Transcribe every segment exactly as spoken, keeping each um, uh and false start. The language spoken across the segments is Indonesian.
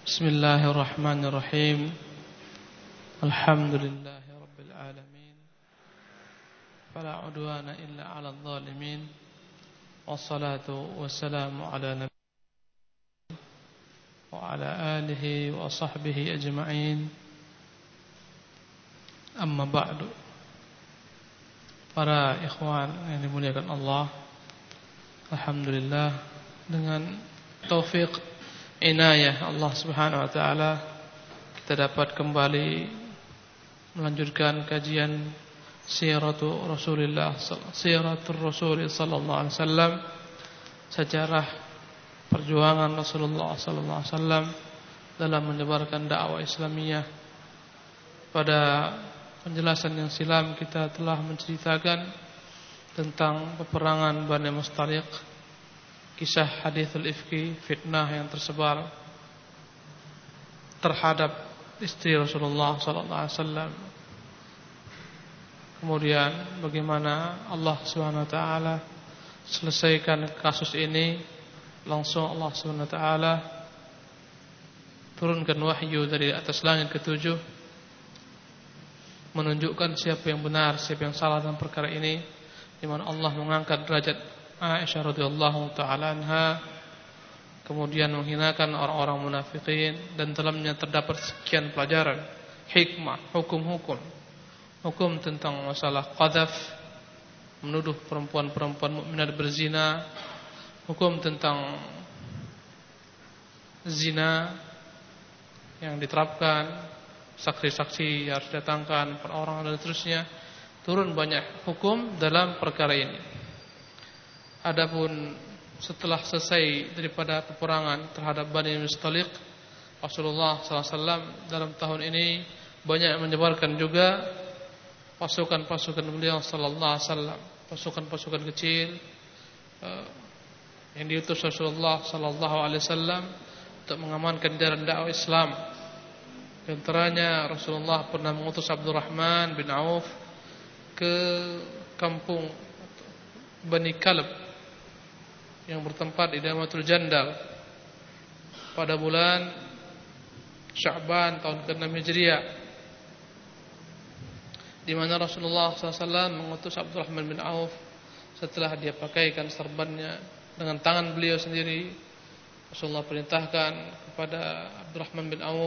Bismillahirrahmanirrahim. Alhamdulillahi rabbil alamin. Fala udwana illa 'alal zalimin. Wassalatu wassalamu ala nabiyina wa ala alihi wa sahbihi ajma'in. Amma ba'du. Para ikhwan yang dimuliakan Allah, alhamdulillah dengan taufik inayah Allah Subhanahu wa taala kita dapat kembali melanjutkan kajian siratu Rasulillah siratul Rasul sallallahu alaihi wasallam, sejarah perjuangan Rasulullah sallallahu alaihi wasallam dalam menyebarkan dakwah Islamiyah. Pada penjelasan yang silam kita telah menceritakan tentang peperangan Bani Mustaliq, kisah hadithul ifki, fitnah yang tersebar terhadap istri Rasulullah sallallahu alaihi wasallam. Kemudian bagaimana Allah Subhanahu wa taala selesaikan kasus ini, langsung Allah Subhanahu wa taala turunkan wahyu dari atas langit ketujuh menunjukkan siapa yang benar, siapa yang salah dalam perkara ini, di mana Allah mengangkat derajat Aisyah radhiyallahu taala anha, kemudian menghinakan orang-orang munafikin, dan dalamnya terdapat sekian pelajaran, hikmah, hukum-hukum, hukum tentang masalah qadzaf, menuduh perempuan-perempuan mukminat berzina, hukum tentang zina yang diterapkan, saksi-saksi harus datangkan per orang dan seterusnya. Turun banyak hukum dalam perkara ini. Adapun setelah selesai daripada peperangan terhadap Bani Mustaliq, Rasulullah sallallahu alaihi wasallam dalam tahun ini banyak menyebarkan juga pasukan-pasukan beliau sallallahu alaihi wasallam, pasukan-pasukan kecil yang diutus Rasulullah sallallahu alaihi wasallam untuk mengamankan jalan dakwah Islam. Di antaranya Rasulullah pernah mengutus Abdurrahman bin Auf ke kampung Bani Kalb yang bertempat di Damatul Jandal pada bulan Sya'ban tahun keenam Hijriah, di mana Rasulullah sallallahu alaihi wasallam mengutus Abdurrahman bin Auf setelah dia pakaikan serbannya dengan tangan beliau sendiri. Rasulullah perintahkan kepada Abdurrahman bin Auf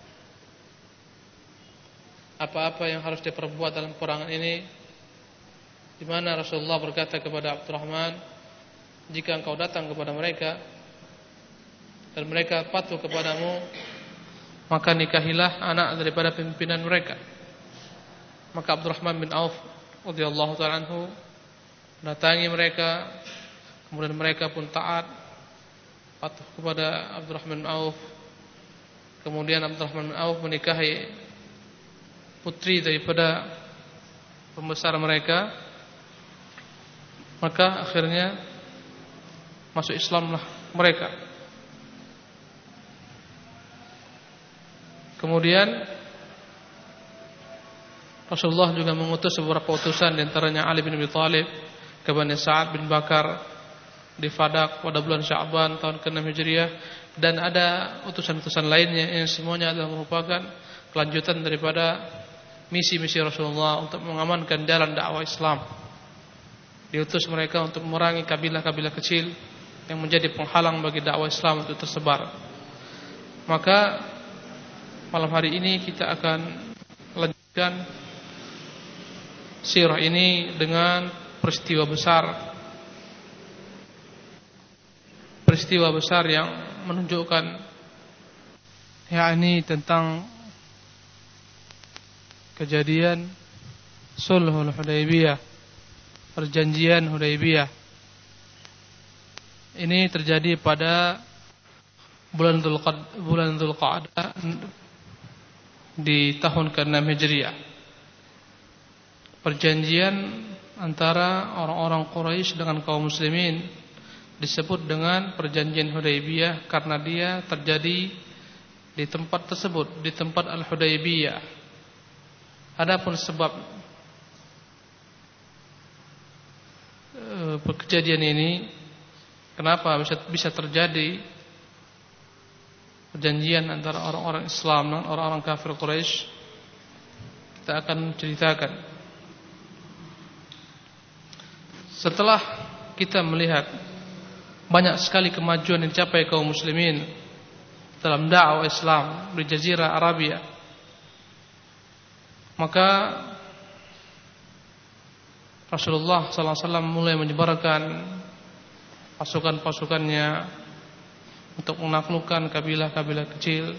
apa-apa yang harus diperbuat dalam peperangan ini, di mana Rasulullah berkata kepada Abdurrahman, jika engkau datang kepada mereka dan mereka patuh kepadamu, maka nikahilah anak daripada pimpinan mereka. Maka Abdurrahman bin Auf radhiyallahu ta'ala anhu datangi mereka, kemudian mereka pun taat, patuh kepada Abdurrahman bin Auf. Kemudian Abdurrahman bin Auf menikahi putri daripada pembesar mereka. Maka akhirnya masuk Islamlah mereka. Kemudian Rasulullah juga mengutus beberapa utusan, di antaranya Ali bin Abi Thalib ke Bani Sa'ad bin Bakar di Fadak pada bulan Sya'ban tahun keenam Hijriah, dan ada utusan-utusan lainnya yang semuanya adalah merupakan kelanjutan daripada misi-misi Rasulullah untuk mengamankan jalan dakwah Islam. Diutus mereka untuk memerangi kabilah-kabilah kecil yang menjadi penghalang bagi dakwah Islam untuk tersebar. Maka malam hari ini kita akan lanjutkan sirah ini dengan peristiwa besar, peristiwa besar yang menunjukkan yakni tentang kejadian Sulhul Hudaybiyah, perjanjian Hudaybiyah. Ini terjadi pada bulan Dzulqa'dah di tahun keenam Hijriah. Perjanjian antara orang-orang Quraisy dengan kaum muslimin disebut dengan perjanjian Hudaybiyah karena dia terjadi di tempat tersebut, di tempat Al-Hudaybiyah. Adapun sebab e, kejadian ini, kenapa bisa bisa terjadi, perjanjian antara orang-orang Islam dan orang-orang kafir Quraisy. Kita akan ceritakan. Setelah kita melihat banyak sekali kemajuan yang dicapai kaum muslimin dalam dakwah Islam di Jazirah Arabia, maka Rasulullah sallallahu alaihi wasallam mulai menyebarkan pasukan-pasukannya untuk menaklukkan kabilah-kabilah kecil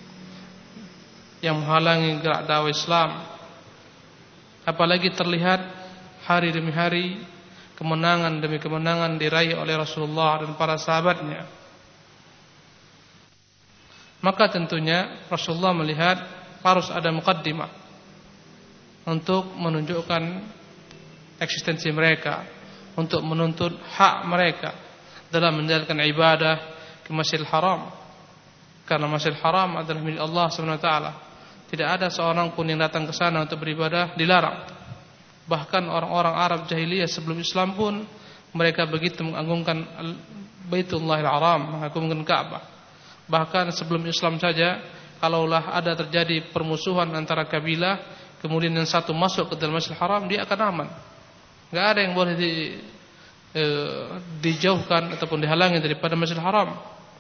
yang menghalangi gerak dakwah Islam. Apalagi terlihat hari demi hari kemenangan demi kemenangan diraih oleh Rasulullah dan para sahabatnya. Maka tentunya Rasulullah melihat harus ada muqaddimah untuk menunjukkan eksistensi mereka, untuk menuntut hak mereka dalam menjalankan ibadah ke Masjidil Haram. Karena Masjidil Haram adalah milik Allah subhanahu wa taala. Tidak ada seorang pun yang datang ke sana untuk beribadah dilarang. Bahkan orang-orang Arab jahiliyah sebelum Islam pun mereka begitu mengagungkan Baitullahil Haram, mengagungkan Ka'bah. Bahkan sebelum Islam saja, kalaulah ada terjadi permusuhan antara kabilah, kemudian yang satu masuk ke dalam Masjidil Haram, dia akan aman. Enggak ada yang boleh di, e, dijauhkan ataupun dihalangi daripada Masjidil Haram.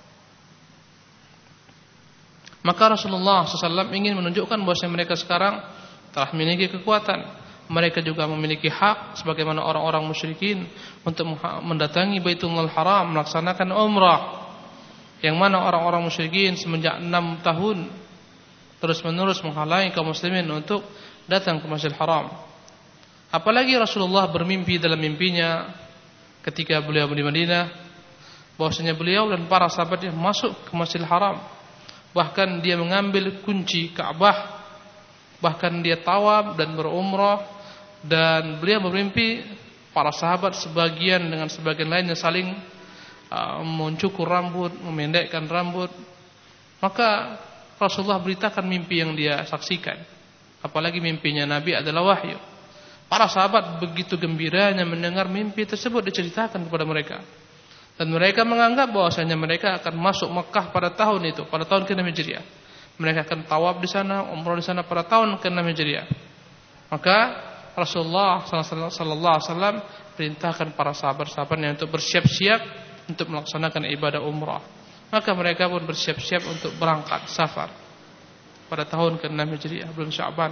Maka Rasulullah shallallahu alaihi wasallam ingin menunjukkan bahwa mereka sekarang telah memiliki kekuatan. Mereka juga memiliki hak sebagaimana orang-orang musyrikin untuk mendatangi Baitullahil Haram, melaksanakan umrah. Yang mana orang-orang musyrikin semenjak enam tahun terus-menerus menghalangi kaum muslimin untuk datang ke Masjidil Haram. Apalagi Rasulullah bermimpi dalam mimpinya ketika beliau di Madinah, bahwasanya beliau dan para sahabatnya masuk ke Masjidil Haram. Bahkan dia mengambil kunci Ka'bah, bahkan dia tawaf dan berumrah, dan beliau bermimpi para sahabat sebagian dengan sebagian lainnya saling uh, mencukur rambut, memendekkan rambut. Maka Rasulullah beritakan mimpi yang dia saksikan. Apalagi mimpinya Nabi adalah wahyu. Para sahabat begitu gembiranya mendengar mimpi tersebut diceritakan kepada mereka. Dan mereka menganggap bahwasanya mereka akan masuk Mekah pada tahun itu, pada tahun ke enam Hijriah. Mereka akan tawaf di sana, umrah di sana pada tahun ke enam Hijriah. Maka Rasulullah sallallahu alaihi wasallam perintahkan para sahabat-sahabatnya untuk bersiap-siap untuk melaksanakan ibadah umrah. Maka mereka pun bersiap-siap untuk berangkat safar pada tahun ke enam Hijriah, bulan Sya'ban.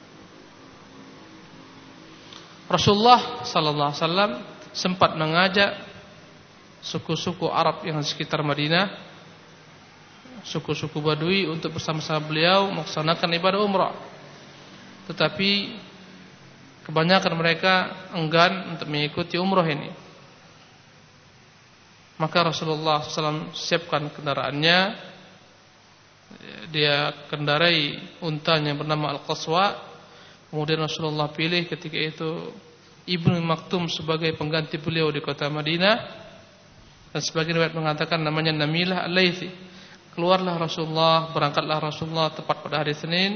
Rasulullah sallallahu alaihi wasallam sempat mengajak suku-suku Arab yang di sekitar Madinah, suku-suku Badui, untuk bersama-sama beliau melaksanakan ibadah umrah. Tetapi kebanyakan mereka enggan untuk mengikuti umrah ini. Maka Rasulullah shallallahu alaihi wasallam siapkan kendaraannya. Dia kendarai untanya bernama Al-Qaswa. Kemudian Rasulullah pilih ketika itu Ibnu Maktum sebagai pengganti beliau di kota Madinah. Dan sebagian riwayat mengatakan namanya Namilah Al-Laythi. Keluarlah Rasulullah, berangkatlah Rasulullah tepat pada hari Senin,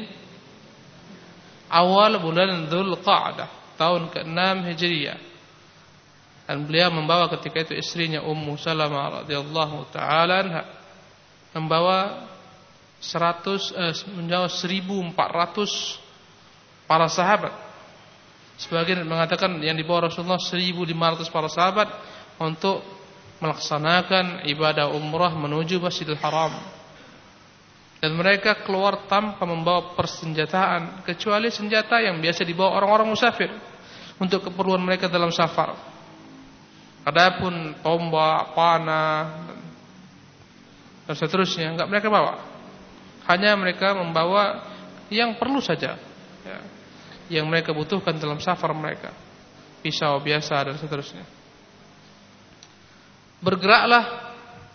awal bulan Dzulqa'dah, tahun ke enam Hijriah. Dan beliau membawa ketika itu istrinya Ummu Salamah radhiyallahu taala anha, membawa seratus eh, menjauh seribu empat ratus para sahabat. Sebagian mengatakan yang dibawa Rasulullah seribu lima ratus para sahabat untuk melaksanakan ibadah umrah menuju Masjidil Haram. Dan mereka keluar tanpa membawa persenjataan kecuali senjata yang biasa dibawa orang-orang musafir untuk keperluan mereka dalam safar. Adapun tombak, panah dan seterusnya enggak mereka bawa. Hanya mereka membawa yang perlu saja, ya, yang mereka butuhkan dalam safar mereka, pisau biasa dan seterusnya. Bergeraklah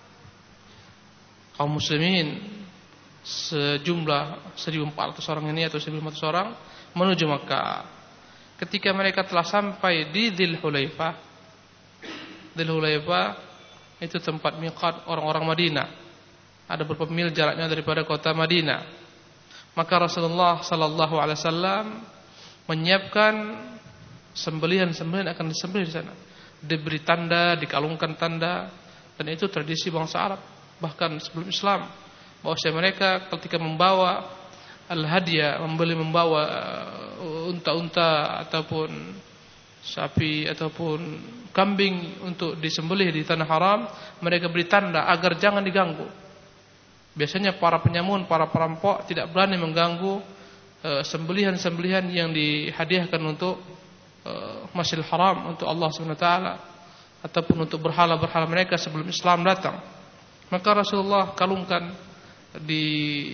kaum muslimin sejumlah seribu empat ratus orang ini atau seribu lima ratus orang menuju Makkah. Ketika mereka telah sampai di Dzul Hulaifah, Dzul Hulaifah itu tempat miqat orang-orang Madinah. Ada beberapa mil jaraknya daripada kota Madinah. Maka Rasulullah sallallahu alaihi wasallam menyiapkan sembelihan-sembelihan akan disembelih di sana. Diberi tanda, dikalungkan tanda, dan itu tradisi bangsa Arab bahkan sebelum Islam. bahwasanya mereka ketika membawa al-hadiah, membeli membawa unta-unta ataupun sapi ataupun kambing untuk disembelih di tanah haram, mereka beri tanda agar jangan diganggu. Biasanya para penyamun, para perampok tidak berani mengganggu uh, sembelihan-sembelihan yang dihadiahkan untuk uh, Masjidil Haram, untuk Allah Subhanahu wa taala ataupun untuk berhala-berhala mereka sebelum Islam datang. Maka Rasulullah kalungkan di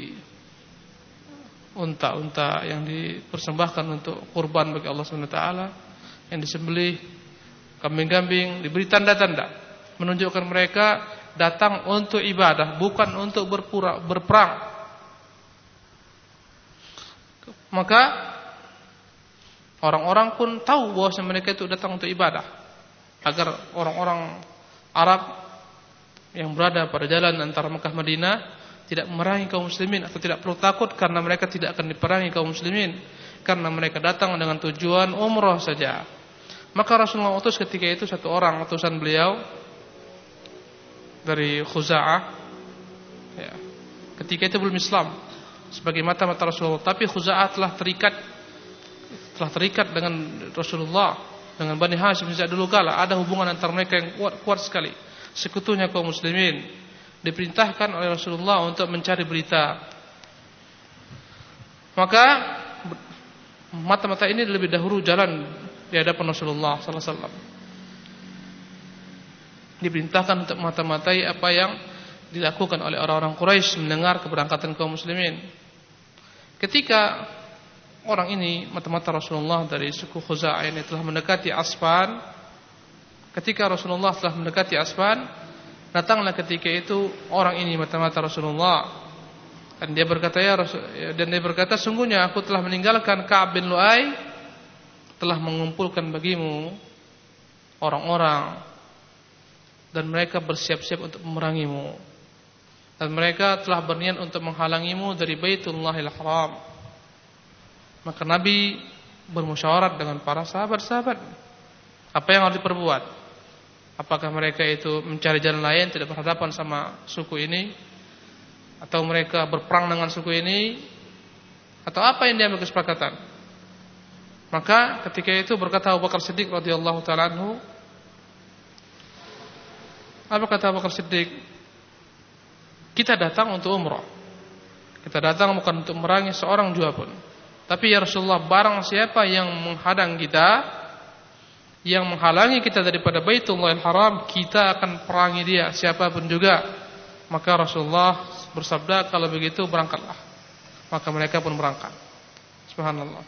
unta-unta yang dipersembahkan untuk kurban bagi Allah Subhanahu wa taala, yang disembelih, kambing-kambing, diberi tanda-tanda menunjukkan mereka datang untuk ibadah, bukan untuk berpura, berperang. Maka orang-orang pun tahu bahwa mereka itu datang untuk ibadah, agar orang-orang Arab yang berada pada jalan antara Mekah Madinah tidak memerangi kaum muslimin, atau tidak perlu takut karena mereka tidak akan diperangi kaum muslimin, karena mereka datang dengan tujuan umrah saja. Maka Rasulullah utus ketika itu satu orang utusan beliau dari Khuza'ah, ya. Ketika itu belum Islam sebagai mata-mata Rasulullah, tapi Khuza'ah telah terikat telah terikat dengan Rasulullah, dengan Bani Hashim sejak dulu kala. Ada hubungan antara mereka yang kuat, kuat sekali. Sekutunya kaum muslimin. Diperintahkan oleh Rasulullah untuk mencari berita. Maka mata-mata ini lebih dahulu jalan di hadapan Rasulullah sallallahu alaihi wasallam. Diperintahkan untuk mata-matai apa yang dilakukan oleh orang-orang Quraisy mendengar keberangkatan kaum muslimin. Ketika orang ini, mata-mata Rasulullah dari suku Khuza'ah ini telah mendekati Asfan, ketika Rasulullah telah mendekati Asfan, datanglah ketika itu orang ini, mata-mata Rasulullah, dan dia berkata ya Rasul, dan dia berkata, sungguhnya aku telah meninggalkan Ka'ab bin Lu'ay, telah mengumpulkan bagimu orang-orang, dan mereka bersiap-siap untuk memerangimu, dan mereka telah berniat untuk menghalangimu dari Baitullahil Haram. Maka Nabi bermusyawarat dengan para sahabat-sahabat, apa yang harus diperbuat. Apakah mereka itu mencari jalan lain, tidak berhadapan sama suku ini, atau mereka berperang dengan suku ini, atau apa yang diambil kesepakatan. Maka ketika itu berkata Abu Bakar Siddiq radhiyallahu ta'ala anhu, apa kata Abu Bakar Siddiq? Kita datang untuk umrah, kita datang bukan untuk merangi seorang jua pun. Tapi ya Rasulullah, barang siapa yang menghadang kita, yang menghalangi kita daripada Baitullahil Haram, kita akan perangi dia, siapapun juga. Maka Rasulullah bersabda, kalau begitu berangkatlah. Maka mereka pun berangkat. Subhanallah.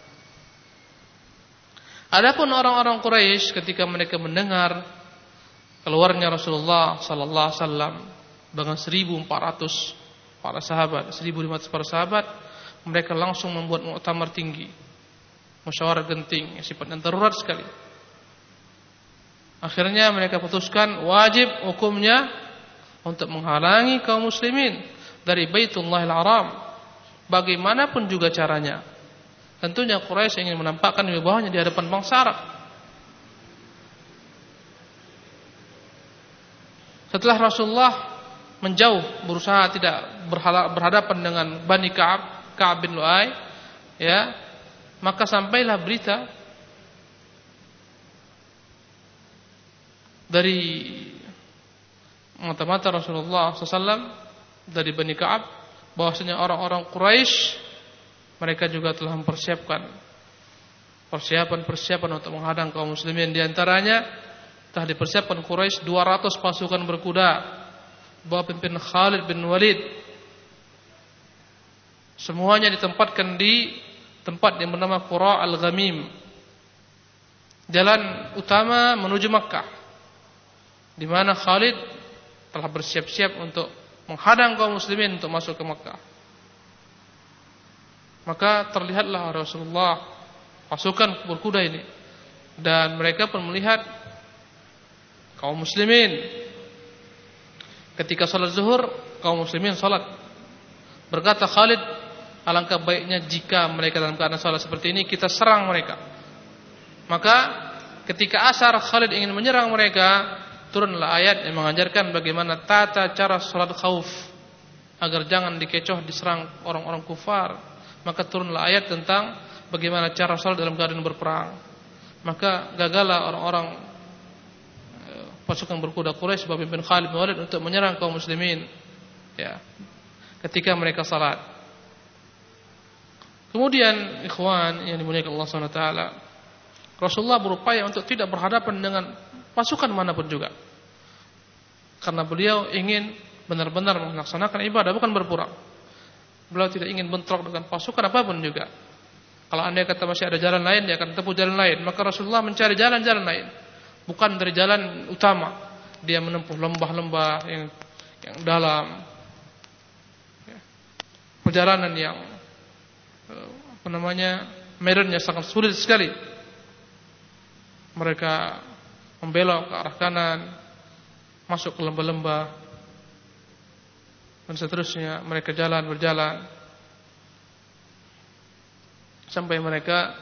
Adapun orang-orang Quraisy ketika mereka mendengar keluarnya Rasulullah sallallahu alaihi wasallam dengan seribu empat ratus para sahabat, seribu lima ratus para sahabat, mereka langsung membuat muktamar tinggi, musyawarah genting yang sifatnya darurat sekali. Akhirnya mereka putuskan wajib hukumnya untuk menghalangi kaum muslimin dari Baitullahil Haram, bagaimanapun juga caranya. Tentunya Quraisy ingin menampakkan wibawanya di hadapan bangsa Arab. Setelah Rasulullah menjauh, berusaha tidak berhadapan dengan Bani Ka'ab, Ka'ab bin Lu'ay, ya, maka sampailah berita dari mata-mata Rasulullah sallallahu alaihi wasallam dari Bani Ka'ab, bahwasanya orang-orang Quraisy mereka juga telah mempersiapkan persiapan-persiapan untuk menghadang kaum muslimin. Di antaranya telah dipersiapkan Quraisy dua ratus pasukan berkuda, bawah pimpin Khalid bin Walid. Semuanya ditempatkan di tempat yang bernama Qura Al-Ghamim, jalan utama menuju Makkah, di mana Khalid telah bersiap-siap untuk menghadang kaum muslimin untuk masuk ke Makkah. Maka terlihatlah Rasulullah pasukan berkuda ini, dan mereka pun melihat kaum muslimin. Ketika salat zuhur, kaum muslimin salat. Berkata Khalid, alangkah baiknya jika mereka dalam keadaan salat seperti ini kita serang mereka. Maka ketika asar Khalid ingin menyerang mereka, turunlah ayat yang mengajarkan bagaimana tata cara salat khauf, agar jangan dikecoh diserang orang-orang kufar, maka turunlah ayat tentang bagaimana cara salat dalam keadaan berperang. Maka gagallah orang-orang pasukan berkuda Quraisy Babin bin Khalid bin Walid untuk menyerang kaum muslimin, ya, ketika mereka salat. Kemudian ikhwan yang dimuliakan Allah Subhanahu wa taala, Rasulullah berupaya untuk tidak berhadapan dengan pasukan manapun juga, karena beliau ingin benar-benar melaksanakan ibadah, bukan berperang. Beliau tidak ingin bentrok dengan pasukan apapun juga. Kalau andai kata masih ada jalan lain, dia akan tempuh jalan lain. Maka Rasulullah mencari jalan-jalan lain, bukan dari jalan utama. Dia menempuh lembah-lembah yang yang dalam, perjalanan yang apa namanya medannya sangat sulit sekali. Mereka membelok ke arah kanan, masuk ke lembah-lembah, dan seterusnya. Mereka jalan berjalan sampai mereka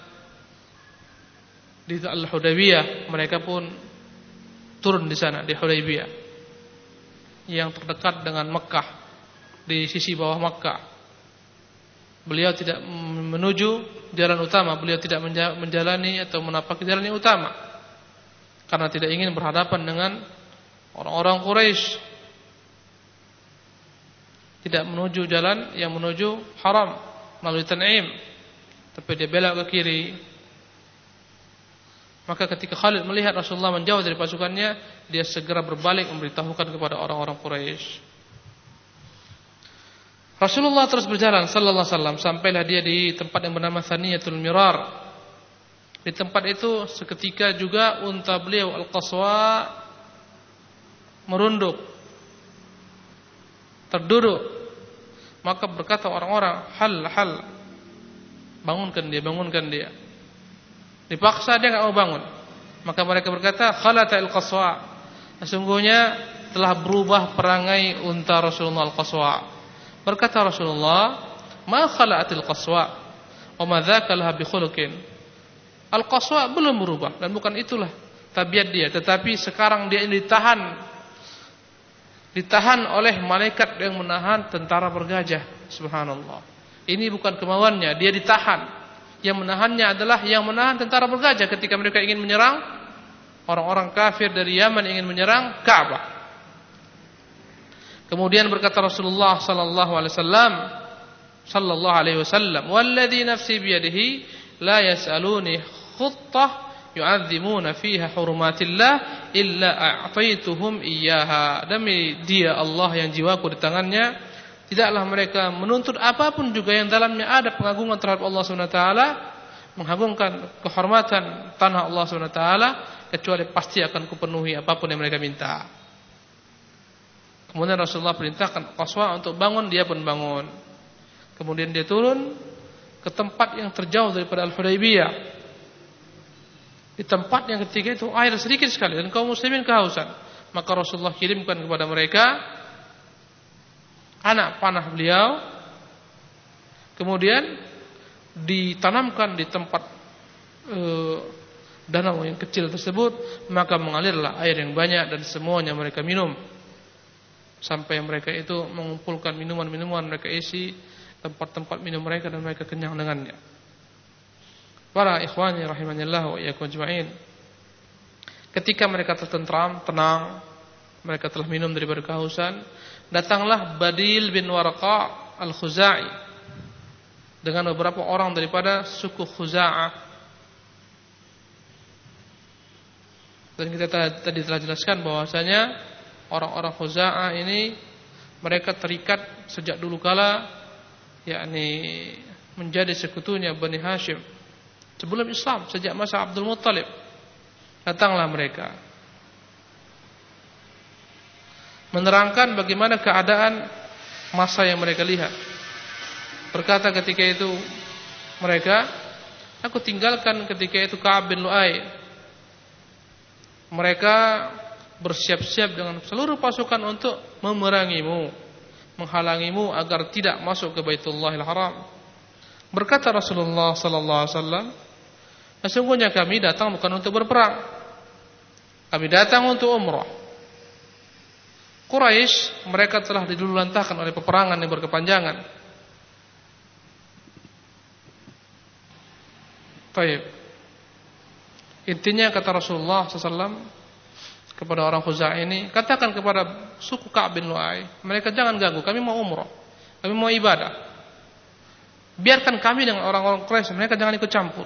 di Al-Hudaybiyah. Mereka pun turun di sana, di Hudaybiyah yang terdekat dengan Mekah, di sisi bawah Mekah. Beliau tidak menuju jalan utama, beliau tidak menjalani atau menapaki jalan yang utama, karena tidak ingin berhadapan dengan orang-orang Quraisy. Tidak menuju jalan yang menuju haram melalui Tan'im, tapi dia belok ke kiri. Maka ketika Khalid melihat Rasulullah menjauh dari pasukannya, dia segera berbalik memberitahukan kepada orang-orang Quraisy. Rasulullah terus berjalan sallallahu alaihi wasallam sampailah dia di tempat yang bernama Thaniyatul Mirar. Di tempat itu seketika juga unta beliau Al-Qaswa merunduk, terduduk. Maka berkata orang-orang, hal hal, bangunkan dia, bangunkan dia. Dipaksa dia enggak mau bangun. Maka mereka berkata, khalata Al-Qaswa, sesungguhnya telah berubah perangai unta Rasulullah Al-Qaswa. Berkata Rasulullah, ma khala'atil qaswa wa ma dzaka laha bi khuluqin. Al-Qaswa belum berubah dan bukan itulah tabiat dia, tetapi sekarang dia ini ditahan ditahan oleh malaikat yang menahan tentara bergajah. Subhanallah. Ini bukan kemauannya, dia ditahan. Yang menahannya adalah yang menahan tentara bergajah ketika mereka ingin menyerang orang-orang kafir dari Yaman, ingin menyerang Ka'bah. Kemudian berkata Rasulullah sallallahu alaihi wasallam, sallallahu alaihi wasallam, "Walladzi nafsi biyadihi la yas'aluni khuttah yu'azzimuna fiha hurumatillah illa a'taituhum iyyaha." Demi Dia Allah yang jiwaku di tangannya, tidaklah mereka menuntut apapun juga yang dalamnya ada pengagungan terhadap Allah Subhanahu wa taala, mengagungkan kehormatan tanah Allah Subhanahu wa taala, kecuali pasti akan kupenuhi apapun yang mereka minta. Kemudian Rasulullah perintahkan Qaswa untuk bangun, dia pun bangun. Kemudian dia turun ke tempat yang terjauh daripada Al-Hudaybiyah. Di tempat yang ketiga itu air sedikit sekali dan kaum muslimin kehausan. Maka Rasulullah kirimkan kepada mereka anak panah beliau. Kemudian ditanamkan di tempat uh, danau yang kecil tersebut, maka mengalirlah air yang banyak dan semuanya mereka minum. Sampai mereka itu mengumpulkan minuman-minuman, mereka isi tempat-tempat minum mereka dan mereka kenyang dengannya. Para ikhwani rahimanillah wa iyyakum ajma'in, ketika mereka tertentram, tenang, mereka telah minum daripada kehausan, datanglah Badil bin Warqa Al-Khuzai dengan beberapa orang daripada suku Khuza'ah. Dan kita tadi telah jelaskan bahwasanya orang-orang Khuza'ah ini mereka terikat sejak dulu kala, yakni menjadi sekutunya Bani Hashim sebelum Islam, sejak masa Abdul Muttalib. Datanglah mereka menerangkan bagaimana keadaan masa yang mereka lihat. Berkata ketika itu mereka, aku tinggalkan ketika itu Ka'ab bin Lu'ay. Mereka bersiap-siap dengan seluruh pasukan untuk memerangimu, menghalangimu agar tidak masuk ke Baitullahil Haram. Berkata Rasulullah sallallahu alaihi wasallam, sesungguhnya kami datang bukan untuk berperang, kami datang untuk umrah. Quraisy mereka telah diluluhlantahkan oleh peperangan yang berkepanjangan. Baik. Intinya kata Rasulullah sallallahu alaihi wasallam kepada orang Khuza'ah ini, katakan kepada suku Ka'ab bin Lu'ay, mereka jangan ganggu, kami mau umrah, kami mau ibadah. Biarkan kami dengan orang-orang Quraisy, mereka jangan ikut campur.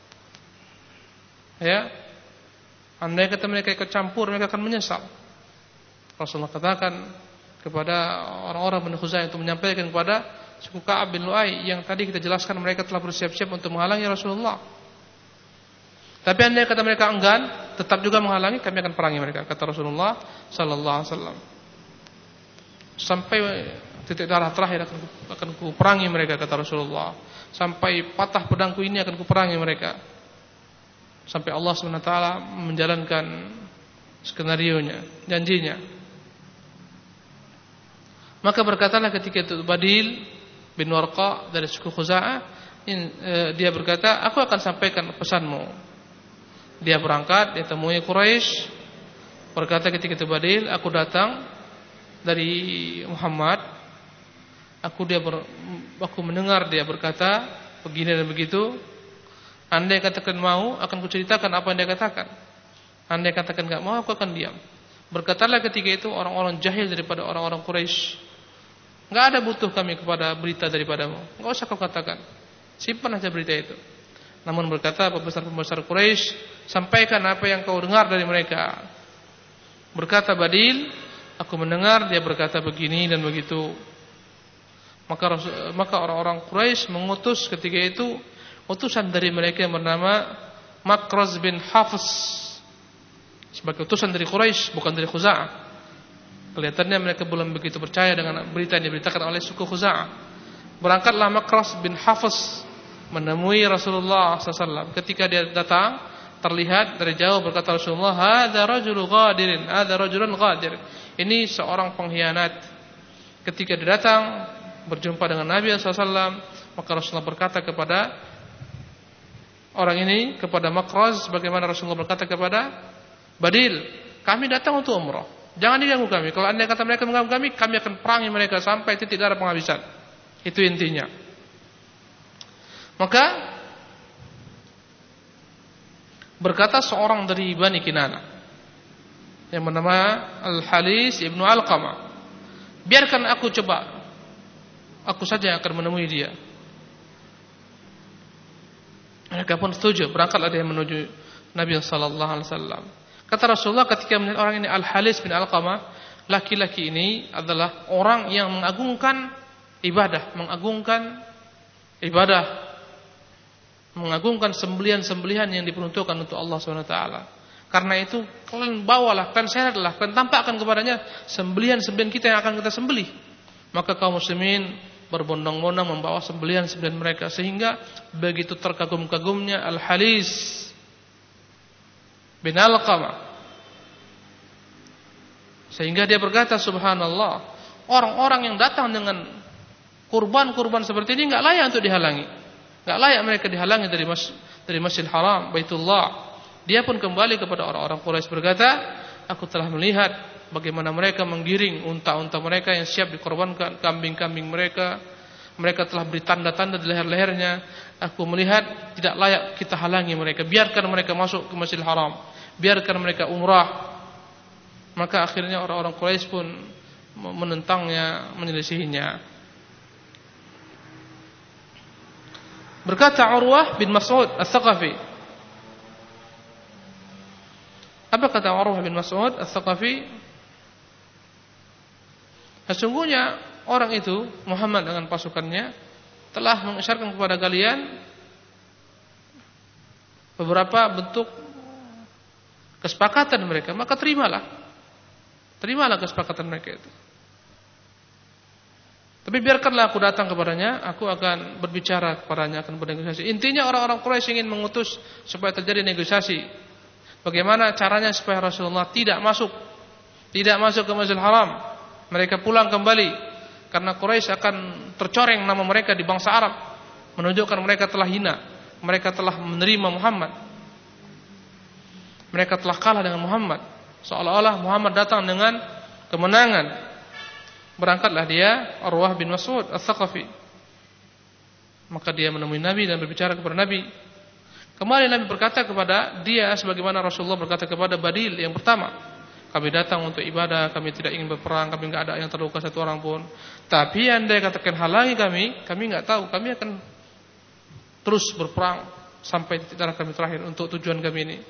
Ya. Andai kata mereka ikut campur, mereka akan menyesal. Rasulullah katakan kepada orang-orang Bani Khuza'ah untuk menyampaikan kepada suku Ka'ab bin Lu'ay yang tadi kita jelaskan mereka telah bersiap-siap untuk menghalangi Rasulullah. Tapi andai kata mereka enggan, tetap juga menghalangi, kami akan perangi mereka, kata Rasulullah sallallahu alaihi wasallam. Sampai titik darah terakhir akan akan kuperangi mereka, kata Rasulullah. Sampai patah pedangku ini akan kuperangi mereka. Sampai Allah subhanahu wa taala menjalankan skenarionya, janjinya. Maka berkatalah ketika itu Badil bin Warqa dari suku Khuza'ah, dia berkata, aku akan sampaikan pesanmu. Dia berangkat, dia temui Quraisy, berkata ketika itu Badil, aku datang dari Muhammad, aku dia ber, aku mendengar dia berkata begini dan begitu. Andai katakan mau, akan kuceritakan apa yang dia katakan. Andai katakan enggak mau, aku akan diam. Berkatalah ketika itu orang-orang jahil daripada orang-orang Quraisy, enggak ada butuh kami kepada berita daripadamu, enggak usah kau katakan, simpan aja berita itu. Namun berkata pembesar-pembesar Quraisy, sampaikan apa yang kau dengar dari mereka. Berkata Badil, aku mendengar dia berkata begini dan begitu. Maka maka orang-orang Quraisy mengutus ketika itu utusan dari mereka yang bernama Makraz bin Hafiz sebagai utusan dari Quraisy, bukan dari Khuza'ah. Kelihatannya mereka belum begitu percaya dengan berita yang diberitakan oleh suku Khuza'ah. Berangkatlah Makraz bin Hafiz menemui Rasulullah sallallahu alaihi wasallam. Ketika dia datang, terlihat dari jauh berkata Rasulullah, "Hadza rajulun ghadirin, hadza rajulun ghadir." Ini seorang pengkhianat. Ketika dia datang berjumpa dengan Nabi sallallahu alaihi wasallam, maka Rasulullah berkata kepada orang ini, kepada Makraz, bagaimana Rasulullah berkata kepada Badil, kami datang untuk umrah, jangan diganggu kami. Kalau anda kata mereka mengganggu kami, kami akan perangi mereka sampai titik darah penghabisan. Itu intinya. Maka berkata seorang dari Bani Kinana yang bernama Al-Halis ibnu Alqamah, biarkan aku coba, aku saja yang akan menemui dia. Mereka pun setuju. Berangkatlah dia menuju Nabi sallallahu alaihi wasallam. Kata Rasulullah ketika melihat orang ini Al-Halis bin Alqamah, laki-laki ini adalah orang yang mengagungkan ibadah, mengagungkan ibadah, mengagungkan sembelihan-sembelihan yang diperuntukkan untuk Allah subhanahu wa taala. Karena itu kalian bawalah, kalian seretlah, kalian tampakkan kepadanya sembelihan-sembelihan kita yang akan kita sembelih. Maka kaum muslimin berbondong-bondong membawa sembelihan-sembelihan mereka, sehingga begitu terkagum-kagumnya Al-Halis bin Alqamah, sehingga dia berkata, subhanallah, orang-orang yang datang dengan kurban-kurban seperti ini enggak layak untuk dihalangi. Enggak layak mereka dihalangi dari mas, dari Masjidil Haram, Baitullah. Dia pun kembali kepada orang-orang Quraisy berkata, aku telah melihat bagaimana mereka menggiring unta-unta mereka yang siap dikorbankan, kambing-kambing mereka. Mereka telah beri tanda-tanda di leher-lehernya. Aku melihat tidak layak kita halangi mereka. Biarkan mereka masuk ke Masjidil Haram, biarkan mereka umrah. Maka akhirnya orang-orang Quraisy pun menentangnya, menyelisihinya. Berkata Urwah bin Mas'ud Ats-Tsaqafi, apa kata Urwah bin Mas'ud Ats-Tsaqafi? Sesungguhnya orang itu, Muhammad dengan pasukannya, telah mengisyaratkan kepada kalian beberapa bentuk kesepakatan mereka, maka terimalah. Terimalah kesepakatan mereka itu. Tapi biarkanlah aku datang kepadanya, aku akan berbicara kepadanya, akan bernegosiasi. Intinya orang-orang Quraisy ingin mengutus supaya terjadi negosiasi. Bagaimana caranya supaya Rasulullah tidak masuk, tidak masuk ke Masjidil Haram. Mereka pulang kembali, karena Quraisy akan tercoreng nama mereka di bangsa Arab, menunjukkan mereka telah hina, mereka telah menerima Muhammad, mereka telah kalah dengan Muhammad. Seolah-olah Muhammad datang dengan kemenangan, berangkatlah dia Urwah bin Mas'ud Ats-Tsaqafi. Maka dia menemui Nabi dan berbicara kepada Nabi. Kembali Nabi berkata kepada dia sebagaimana Rasulullah berkata kepada Badil yang pertama, kami datang untuk ibadah, kami tidak ingin berperang, kami enggak ada yang terluka satu orang pun. Tapi andai katakan halangi kami, kami enggak tahu, kami akan terus berperang sampai titik darah kami terakhir untuk tujuan kami ini.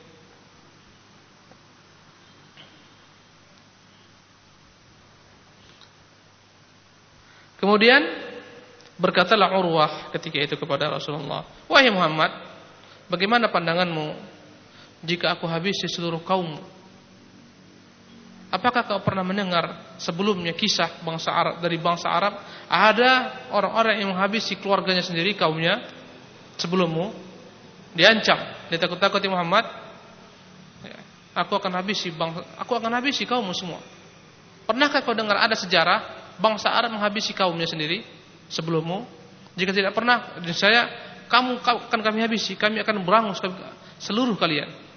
Kemudian berkatalah Urwah ketika itu kepada Rasulullah, wahai Muhammad, bagaimana pandanganmu jika aku habisi seluruh kaummu? Apakah kau pernah mendengar sebelumnya kisah bangsa Arab, dari bangsa Arab ada orang-orang yang menghabisi keluarganya sendiri, kaumnya sebelummu? Diancam, dia takut-takuti Muhammad, aku akan habisi bangsa, aku akan habisi kaummu semua. Pernahkah kau dengar ada sejarah bangsa Arab menghabisi kaumnya sendiri sebelummu? Jika tidak pernah, saya kamu akan kami habisi, kami akan berangus seluruh kalian.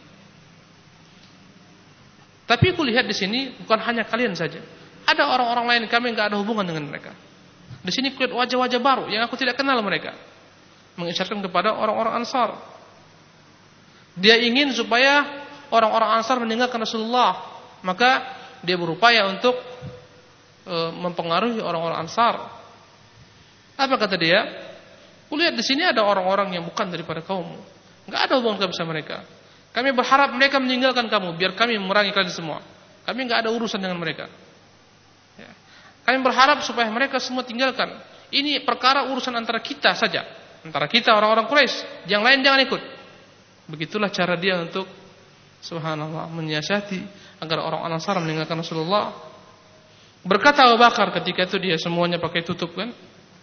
Tapi aku lihat di sini bukan hanya kalian saja. Ada orang-orang lain kami enggak ada hubungan dengan mereka. Di sini kulihat wajah-wajah baru yang aku tidak kenal mereka. Mengisyaratkan kepada orang-orang Ansar. Dia ingin supaya orang-orang Ansar meninggalkan Rasulullah. Maka dia berupaya untuk e, mempengaruhi orang-orang Ansar. Apa kata dia? Kulihat di sini ada orang-orang yang bukan daripada kaummu. Enggak ada hubungan kami sama mereka. Kami berharap mereka meninggalkan kamu biar kami memerangi kalian semua. Kami enggak ada urusan dengan mereka. Ya. Kami berharap supaya mereka semua tinggalkan. Ini perkara urusan antara kita saja, antara kita orang-orang Quraisy. Yang lain jangan ikut. Begitulah cara dia untuk subhanallah menyiasati agar orang Ansar meninggalkan Rasulullah. Berkata Abu Bakar ketika itu, dia semuanya pakai tutup kan.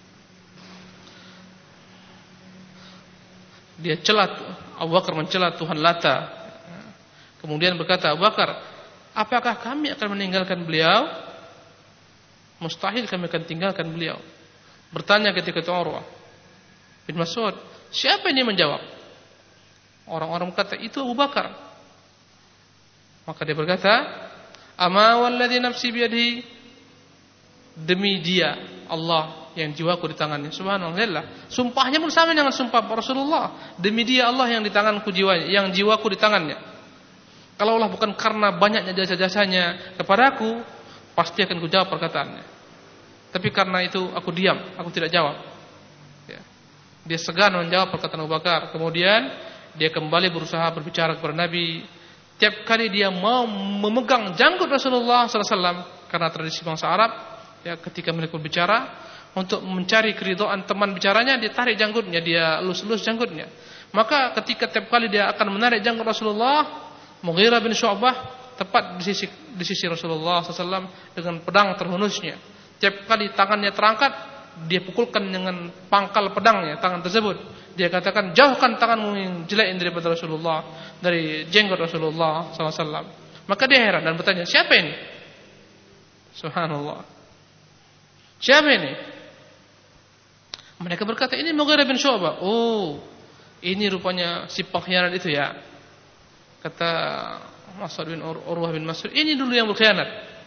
Dia celat, Abu Bakar mencela Tuhan Lata. Kemudian berkata Abu Bakar, apakah kami akan meninggalkan beliau? Mustahil kami akan tinggalkan beliau. Bertanya ketika itu Urwah bin Mas'ud, siapa ini menjawab? Orang-orang berkata, itu Abu Bakar. Maka dia berkata, ama walladzi nafsi biyadihi, demi dia Allah yang jiwaku di tangannya. Subhanallah. Sumpahnya pun sama dengan sumpah Rasulullah. Demi dia Allah yang di tanganku jiwanya, yang jiwaku di tangannya. Kalau Allah bukan karena banyaknya jasa-jasanya kepadaku, pasti akan kujawab perkataannya. Tapi karena itu aku diam, aku tidak jawab. Ya. Dia segan menjawab perkataan Abu Bakar. Kemudian dia kembali berusaha berbicara kepada Nabi. Tiap kali dia mau memegang janggut Rasulullah sallallahu alaihi wasallam, karena tradisi bangsa Arab, ya, ketika mereka berbicara, untuk mencari keridhaan teman bicaranya, dia tarik janggutnya, dia elus-elus janggutnya. Maka ketika tiap kali dia akan menarik janggut Rasulullah, Mughirah bin Syu'bah tepat di sisi di sisi Rasulullah sallallahu alaihi wasallam dengan pedang terhunusnya. Tiap kali tangannya terangkat, dia pukulkan dengan pangkal pedangnya tangan tersebut. Dia katakan, jauhkan tanganmu yang jelek daripada Rasulullah, dari jenggot Rasulullah sallallahu alaihi wasallam. Maka dia heran dan bertanya, siapa ini? Subhanallah. Siapa ini? Mereka berkata, ini Mughirah bin Syu'bah. Oh, ini rupanya si pengkhianat itu ya. Kata Mas'ud bin Ur- Urwah bin Mas'ud, ini dulu yang berkhianat.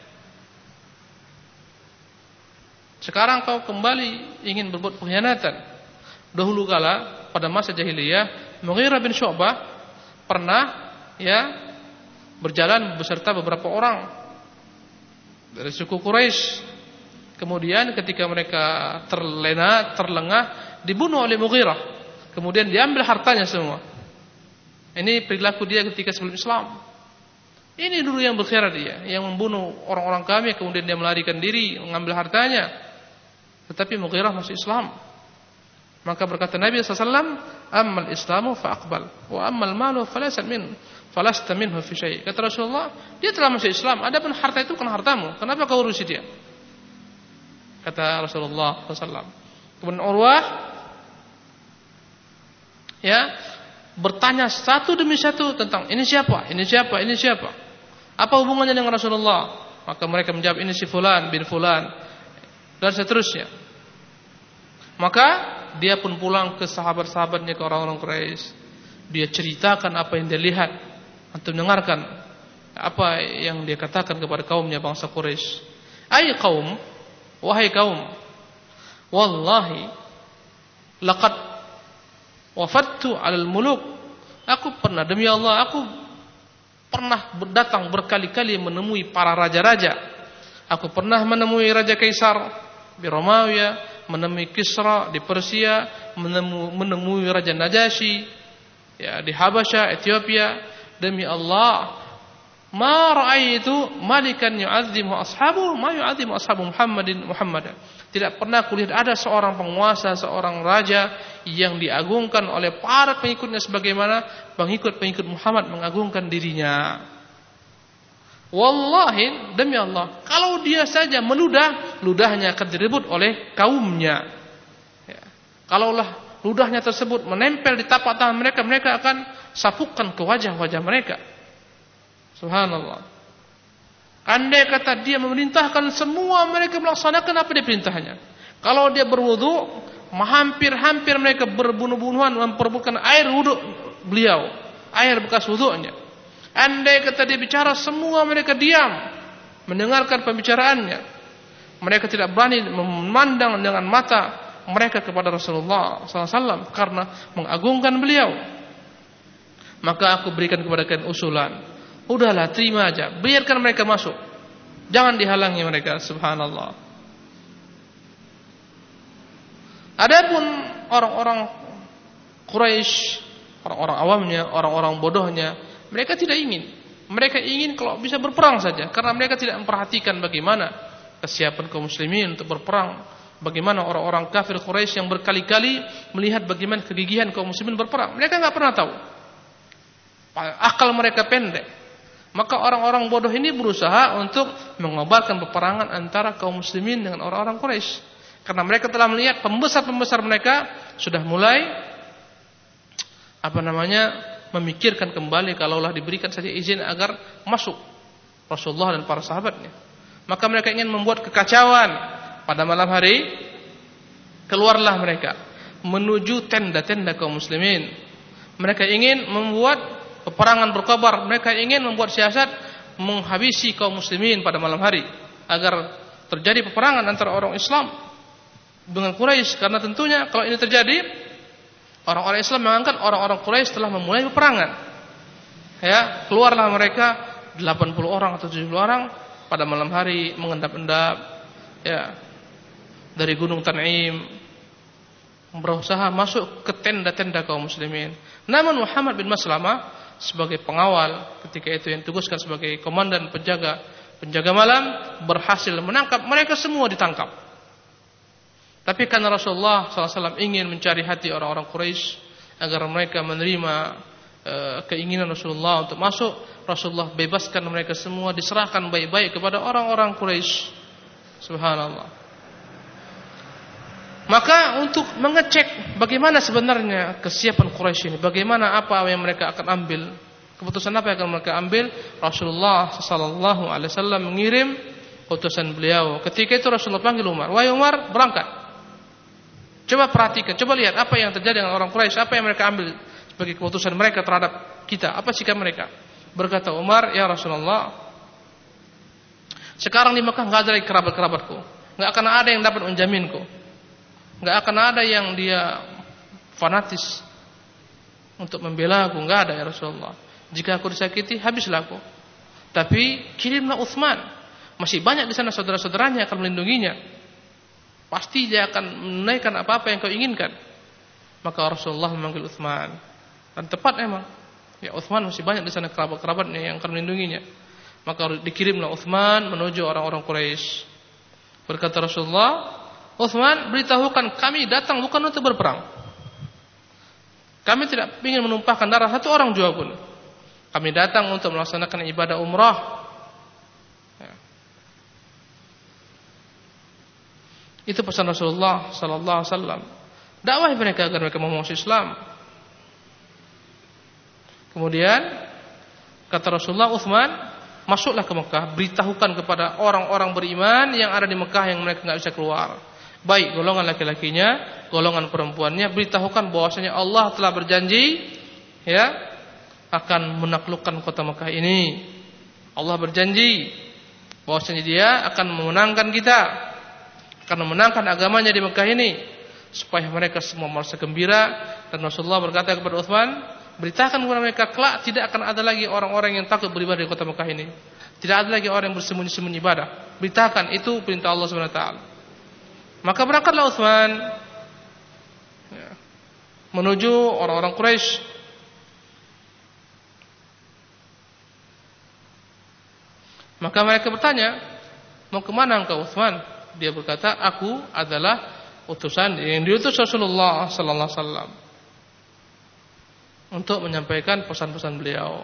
Sekarang kau kembali ingin berbuat pengkhianatan. Dahulu kala pada masa jahiliyah, Mughirah bin Syu'bah pernah ya berjalan beserta beberapa orang dari suku Quraisy. Kemudian ketika mereka terlena, terlengah, dibunuh oleh Mughirah. Kemudian diambil hartanya semua. Ini perilaku dia ketika sebelum Islam. Ini dulu yang berkhianat dia, yang membunuh orang-orang kami, kemudian dia melarikan diri, mengambil hartanya. Tetapi Mughirah masih Islam. Maka berkata Nabi sallallahu alaihi wasallam, ammal islamu fa'aqbal, wa ammal malu falasat min, falasta minhu fi syai'. Kata Rasulullah, dia telah masuk Islam, adapun harta itu bukan hartamu, kenapa kau urusi dia? Kata Rasulullah sallallahu alaihi wasallam. Kemudian Urwah ya bertanya satu demi satu tentang ini siapa, ini siapa, ini siapa, apa hubungannya dengan Rasulullah. Maka mereka menjawab, ini si fulan bin fulan, dan seterusnya. Maka dia pun pulang ke sahabat-sahabatnya, ke orang-orang Quraisy. Dia ceritakan apa yang dia lihat, untuk mendengarkan apa yang dia katakan kepada kaumnya bangsa Quraisy. Ai qaum, wahai kaum, wallahi laqad wafattu 'alal muluk. Aku pernah, demi Allah, aku pernah datang berkali-kali menemui para raja-raja. Aku pernah menemui Raja Kaisar di Romawi, menemui Kisra di Persia, menemui, menemui Raja Najasyi ya di Habasya, Ethiopia. Demi Allah, ma ra'aitu malikan yu'azzimu ashabu ma yu'azzimu ashabu Muhammadin Muhammadan. Tidak pernah kulihat ada seorang penguasa, seorang raja yang diagungkan oleh para pengikutnya sebagaimana pengikut-pengikut Muhammad mengagungkan dirinya. Wallahi, demi Allah, kalau dia saja meludah, ludahnya akan direbut oleh kaumnya. Ya. Kalaulah ludahnya tersebut menempel di tapak tangan mereka, mereka akan sapukan ke wajah-wajah mereka. Subhanallah. Andai kata dia memerintahkan semua mereka melaksanakan apa diperintahnya. Kalau dia berwudu, hampir-hampir mereka berbunuh-bunuhan memperebutkan air wudu beliau, air bekas wudunya. Andai kata dia bicara, semua mereka diam mendengarkan pembicaraannya. Mereka tidak berani memandang dengan mata mereka kepada Rasulullah sallallahu alaihi wasallam karena mengagungkan beliau. Maka aku berikan kepada kalian usulan, udahlah, terima aja, biarkan mereka masuk, jangan dihalangi mereka. Subhanallah. Adapun orang-orang Quraisy, orang-orang awamnya, orang-orang bodohnya, mereka tidak ingin. Mereka ingin kalau bisa berperang saja, karena mereka tidak memperhatikan bagaimana kesiapan kaum muslimin untuk berperang, bagaimana orang-orang kafir Quraisy yang berkali-kali melihat bagaimana kegigihan kaum muslimin berperang. Mereka enggak pernah tahu. Akal mereka pendek. Maka orang-orang bodoh ini berusaha untuk mengobarkan peperangan antara kaum muslimin dengan orang-orang Quraisy, karena mereka telah melihat pembesar-pembesar mereka sudah mulai apa namanya memikirkan kembali kalaulah diberikan saja izin agar masuk Rasulullah dan para sahabatnya. Maka mereka ingin membuat kekacauan. Pada malam hari keluarlah mereka menuju tenda-tenda kaum muslimin. Mereka ingin membuat peperangan berkobar. Mereka ingin membuat siasat menghabisi kaum muslimin pada malam hari agar terjadi peperangan antara orang Islam dengan Quraisy. Karena tentunya kalau ini terjadi, orang-orang Islam menganggap orang-orang Quraisy telah memulai peperangan. Ya, keluarlah mereka delapan puluh orang atau tujuh puluh orang pada malam hari mengendap-endap ya dari Gunung Tan'im, berusaha masuk ke tenda-tenda kaum muslimin. Namun Muhammad bin Maslamah sebagai pengawal ketika itu yang ditugaskan sebagai komandan penjaga penjaga malam berhasil menangkap mereka, semua ditangkap. Tapi karena Rasulullah sallallahu alaihi wasallam ingin mencari hati orang-orang Quraisy agar mereka menerima e, keinginan Rasulullah untuk masuk, Rasulullah bebaskan mereka semua, diserahkan baik-baik kepada orang-orang Quraisy. Subhanallah. Maka untuk mengecek bagaimana sebenarnya kesiapan Quraisy ini, bagaimana apa yang mereka akan ambil, keputusan apa yang akan mereka ambil, Rasulullah sallallahu alaihi wasallam mengirim utusan beliau. Ketika itu Rasulullah panggil Umar, "Wahai Umar, berangkat. Coba perhatikan, coba lihat apa yang terjadi dengan orang Quraisy, apa yang mereka ambil sebagai keputusan mereka terhadap kita, apa sikap mereka." Berkata Umar, "Ya Rasulullah, sekarang di Mekah enggak ada lagi kerabat-kerabatku. Enggak akan ada yang dapat menjaminku. Enggak akan ada yang dia fanatis untuk membela aku, enggak ada ya Rasulullah. Jika aku disakiti, habislah aku. Tapi kirimlah Utsman. Masih banyak di sana saudara-saudaranya akan melindunginya. Pasti dia akan menunaikan apa-apa yang kau inginkan." Maka Rasulullah memanggil Utsman. Dan tepat memang. Ya, Utsman masih banyak di sana kerabat-kerabatnya yang akan melindunginya. Maka dikirimlah Utsman menuju orang-orang Quraisy. Berkata Rasulullah, "Utsman, beritahukan kami datang bukan untuk berperang. Kami tidak ingin menumpahkan darah satu orang juga pun. Kami datang untuk melaksanakan ibadah umrah." Itu pesan Rasulullah sallallahu alaihi wasallam. Dakwah mereka agar mereka mau masuk Islam. Kemudian kata Rasulullah, "Utsman, masuklah ke Mekah, beritahukan kepada orang-orang beriman yang ada di Mekah yang mereka enggak bisa keluar. Baik golongan laki-lakinya, golongan perempuannya, beritahukan bahwasanya Allah telah berjanji ya akan menaklukkan kota Mekah ini. Allah berjanji bahwasanya Dia akan memenangkan kita, akan memenangkan agamanya di Mekah ini, supaya mereka semua merasa gembira. Dan Rasulullah berkata kepada Utsman, beritakan kepada mereka, kelak tidak akan ada lagi orang-orang yang takut beribadah di kota Mekah ini. Tidak ada lagi orang yang bersembunyi-sembunyi ibadah. Beritakan, itu perintah Allah Subhanahu wa taala. Maka berangkatlah Utsman ya, menuju orang-orang Quraisy. Maka mereka bertanya, mau kemana engkau Utsman? Dia berkata, aku adalah utusan yang diutus Rasulullah sallallahu alaihi wasallam untuk menyampaikan pesan-pesan beliau.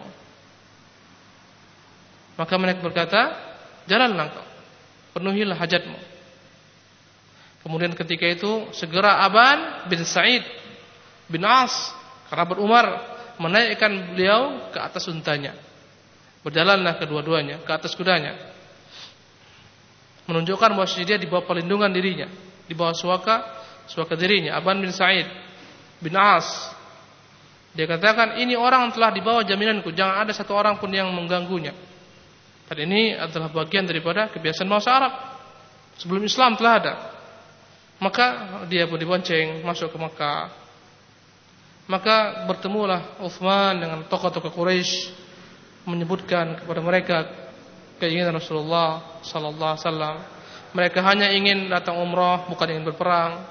Maka mereka berkata, jalanlah engkau, penuhilah hajatmu. Kemudian ketika itu segera Aban bin Sa'id bin As, kerabat Umar, menaikkan beliau ke atas untanya. Berjalanlah kedua-duanya ke atas kudanya, menunjukkan bahwa dia di bawah perlindungan dirinya, di bawah suaka suaka dirinya. Aban bin Sa'id bin As, dia katakan, ini orang telah di bawah jaminanku, jangan ada satu orang pun yang mengganggunya. Dan ini adalah bagian daripada kebiasaan bangsa Arab sebelum Islam telah ada. Maka dia pun dibonceng masuk ke Makkah. Maka bertemulah Utsman dengan tokoh-tokoh Quraisy, menyebutkan kepada mereka keinginan Rasulullah sallallahu alaihi wasallam. Mereka hanya ingin datang umrah, bukan ingin berperang.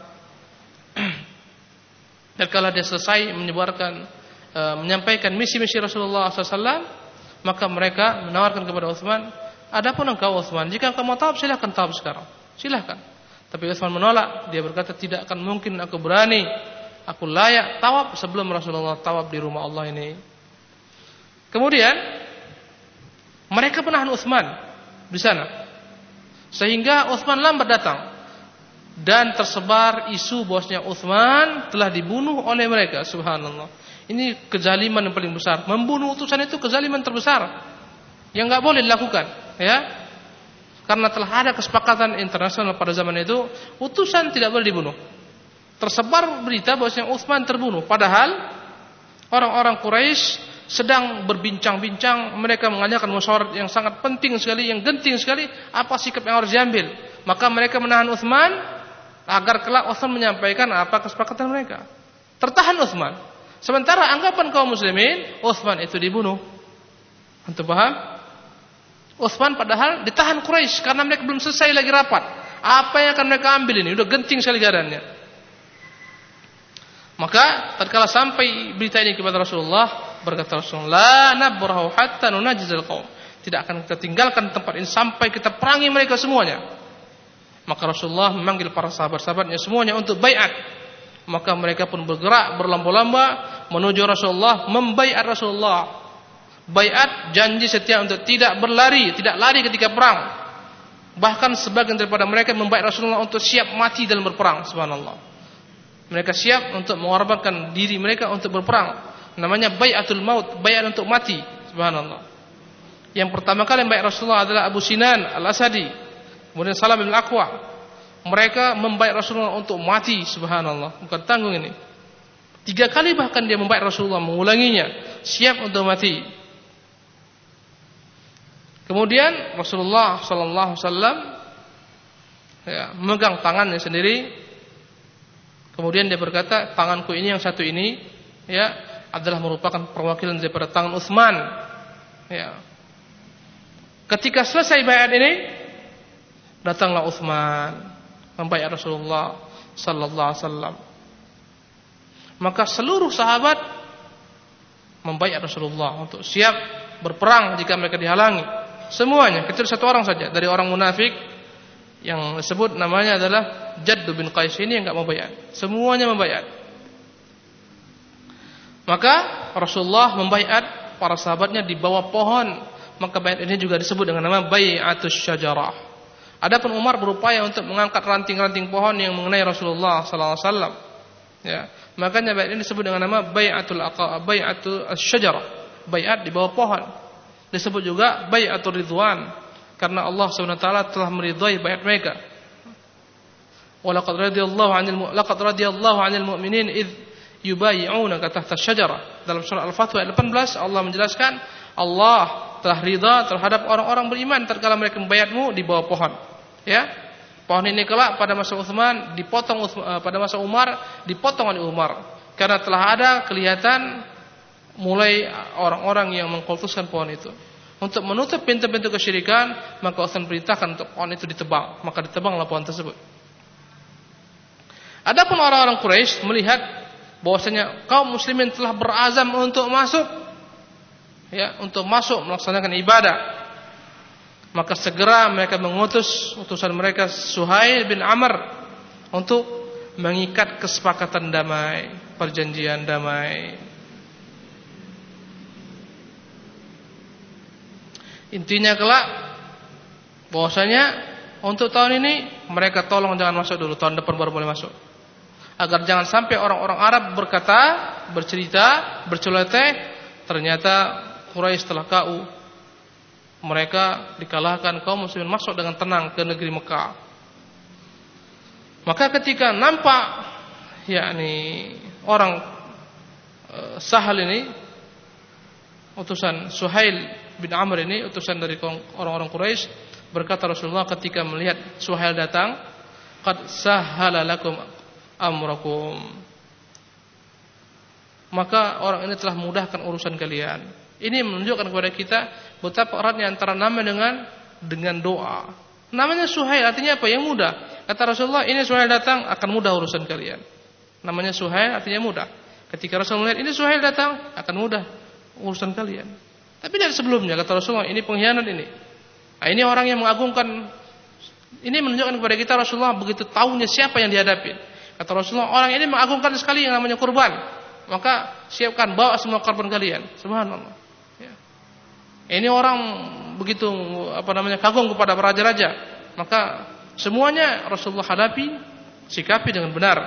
Dan kalau dia selesai menyebarkan, e, menyampaikan misi-misi Rasulullah sallallahu alaihi wasallam, maka mereka menawarkan kepada Utsman, adapun engkau Utsman, jika engkau mau tawaf silakan tawaf sekarang, silakan. Tapi Utsman menolak. Dia berkata, tidak akan mungkin aku berani, aku layak tawaf sebelum Rasulullah tawaf di rumah Allah ini. Kemudian mereka menahan Utsman di sana, sehingga Utsman lambat datang, dan tersebar isu bahwasanya Utsman telah dibunuh oleh mereka. Subhanallah. Ini kezaliman yang paling besar. Membunuh utusan itu kezaliman terbesar yang enggak boleh dilakukan, ya. Karena telah ada kesepakatan internasional pada zaman itu, utusan tidak boleh dibunuh. Tersebar berita bahwasanya Utsman terbunuh, padahal orang-orang Quraisy sedang berbincang-bincang, mereka mengadakan musyawarah yang sangat penting sekali, yang genting sekali, apa sikap yang harus diambil. Maka mereka menahan Utsman agar kelak Utsman menyampaikan apa kesepakatan mereka. Tertahan Utsman. Sementara anggapan kaum muslimin, Utsman itu dibunuh. Antum paham? Utsman padahal ditahan Quraisy karena mereka belum selesai lagi rapat. Apa yang akan mereka ambil ini? Udah genting sekali keadaannya. Maka tatkala sampai berita ini kepada Rasulullah, berkata Rasulullah, la nabrahu hatta nunajjizal qaum. Tidak akan kita tinggalkan tempat ini sampai kita perangi mereka semuanya. Maka Rasulullah memanggil para sahabat-sahabatnya semuanya untuk baiat. Maka mereka pun bergerak berlomba-lomba menuju Rasulullah, membaiat Rasulullah. Baiat, janji setia untuk tidak berlari, tidak lari ketika perang. Bahkan sebagian daripada mereka membaiat Rasulullah untuk siap mati dalam berperang. Subhanallah. Mereka siap untuk mengorbankan diri mereka untuk berperang. Namanya baiatul maut, baiat untuk mati. Subhanallah. Yang pertama kali membaiat Rasulullah adalah Abu Sinan Al-Asadi, kemudian Salam bin Aqwa. Mereka membaiat Rasulullah untuk mati. Subhanallah. Bukan tanggung ini. Tiga kali bahkan dia membaiat Rasulullah, mengulanginya, siap untuk mati. Kemudian Rasulullah sallallahu alaihi wasallam ya, memegang tangannya sendiri. Kemudian dia berkata, tanganku ini yang satu ini ya adalah merupakan perwakilan daripada tangan Utsman. Ya. Ketika selesai baiat ini, datanglah Utsman membaiat Rasulullah sallallahu alaihi wasallam. Maka seluruh sahabat membaiat Rasulullah untuk siap berperang jika mereka dihalangi. Semuanya, kecuali satu orang saja dari orang munafik yang disebut namanya adalah Jadd bin Qais, ini yang enggak mau baiat. Semuanya membaiat. Maka Rasulullah membaiat para sahabatnya di bawah pohon. Maka baiat ini juga disebut dengan nama bai'atus syajarah. Adapun Umar berupaya untuk mengangkat ranting-ranting pohon yang mengenai Rasulullah sallallahu alaihi wasallam. Ya, makanya baiat ini disebut dengan nama bai'atul aqa bai'atus syajarah. Baiat di bawah pohon. Disebut juga bai'atul ridwan karena Allah Subhanahu wa taala telah meridai baiat mereka. Wa laqad radiyallahu 'anil laqad radiyallahu 'anil mu'minin id yubayyi'unaka tahta asy-syajarah. Dalam surah Al-Fath ayat delapan belas Allah menjelaskan, Allah telah ridha terhadap orang-orang beriman tatkala mereka membayatmu di bawah pohon. Ya. Pohon ini kelak pada masa Utsman dipotong, pada masa Umar dipotong oleh Umar karena telah ada kelihatan mulai orang-orang yang mengkultuskan pohon itu. Untuk menutup pintu-pintu kesyirikan, maka Utsman perintahkan untuk pohon itu ditebang, maka ditebanglah pohon tersebut. Adapun orang-orang Quraisy melihat bahwasanya kaum muslimin telah berazam untuk masuk, ya, untuk masuk melaksanakan ibadah, maka segera mereka mengutus utusan mereka Suhail bin Amr untuk mengikat kesepakatan damai, perjanjian damai. Intinya kelak bahwasanya untuk tahun ini mereka tolong jangan masuk dulu, tahun depan baru boleh masuk. Agar jangan sampai orang-orang Arab berkata, bercerita, berceloteh, ternyata Quraisy telah K U. Mereka dikalahkan, kaum muslimin masuk dengan tenang ke negeri Mekah. Maka ketika nampak yakni orang uh, Sahal ini, utusan Suhail bin Amr ini, utusan dari orang-orang Quraisy, berkata Rasulullah ketika melihat Suhail datang, qad sahala lakum amrakum, maka orang ini telah memudahkan urusan kalian. Ini menunjukkan kepada kita betapa eratnya antara nama dengan dengan doa. Namanya Suhail artinya apa? Yang mudah. Kata Rasulullah, ini Suhail datang akan mudah urusan kalian. Namanya Suhail artinya mudah. Ketika Rasulullah melihat ini Suhail datang akan mudah urusan kalian. Tapi dari sebelumnya kata Rasulullah, ini pengkhianat ini. Nah, ini orang yang mengagungkan. Ini menunjukkan kepada kita Rasulullah begitu tahunya siapa yang dihadapi. Kata Rasulullah, orang ini mengagungkan sekali yang namanya kurban. Maka siapkan, bawa semua korban kalian. Subhanallah. Ya. Ini orang begitu apa namanya kagum kepada raja-raja. Maka semuanya Rasulullah hadapi, sikapi dengan benar.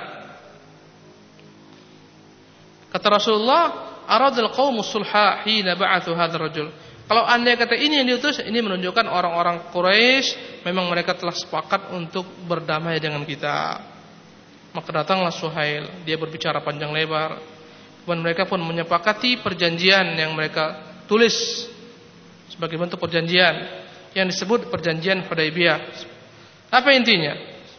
Kata Rasulullah, aradul qaumus sulha hina ba'athu hadzal rajul. Kalau anda kata ini yang diutus, ini menunjukkan orang-orang Quraisy memang mereka telah sepakat untuk berdamai dengan kita. Maka datanglah Suhail, dia berbicara panjang lebar. Kemudian mereka pun menyepakati perjanjian yang mereka tulis sebagai bentuk perjanjian yang disebut perjanjian Hudaybiyah. Apa intinya?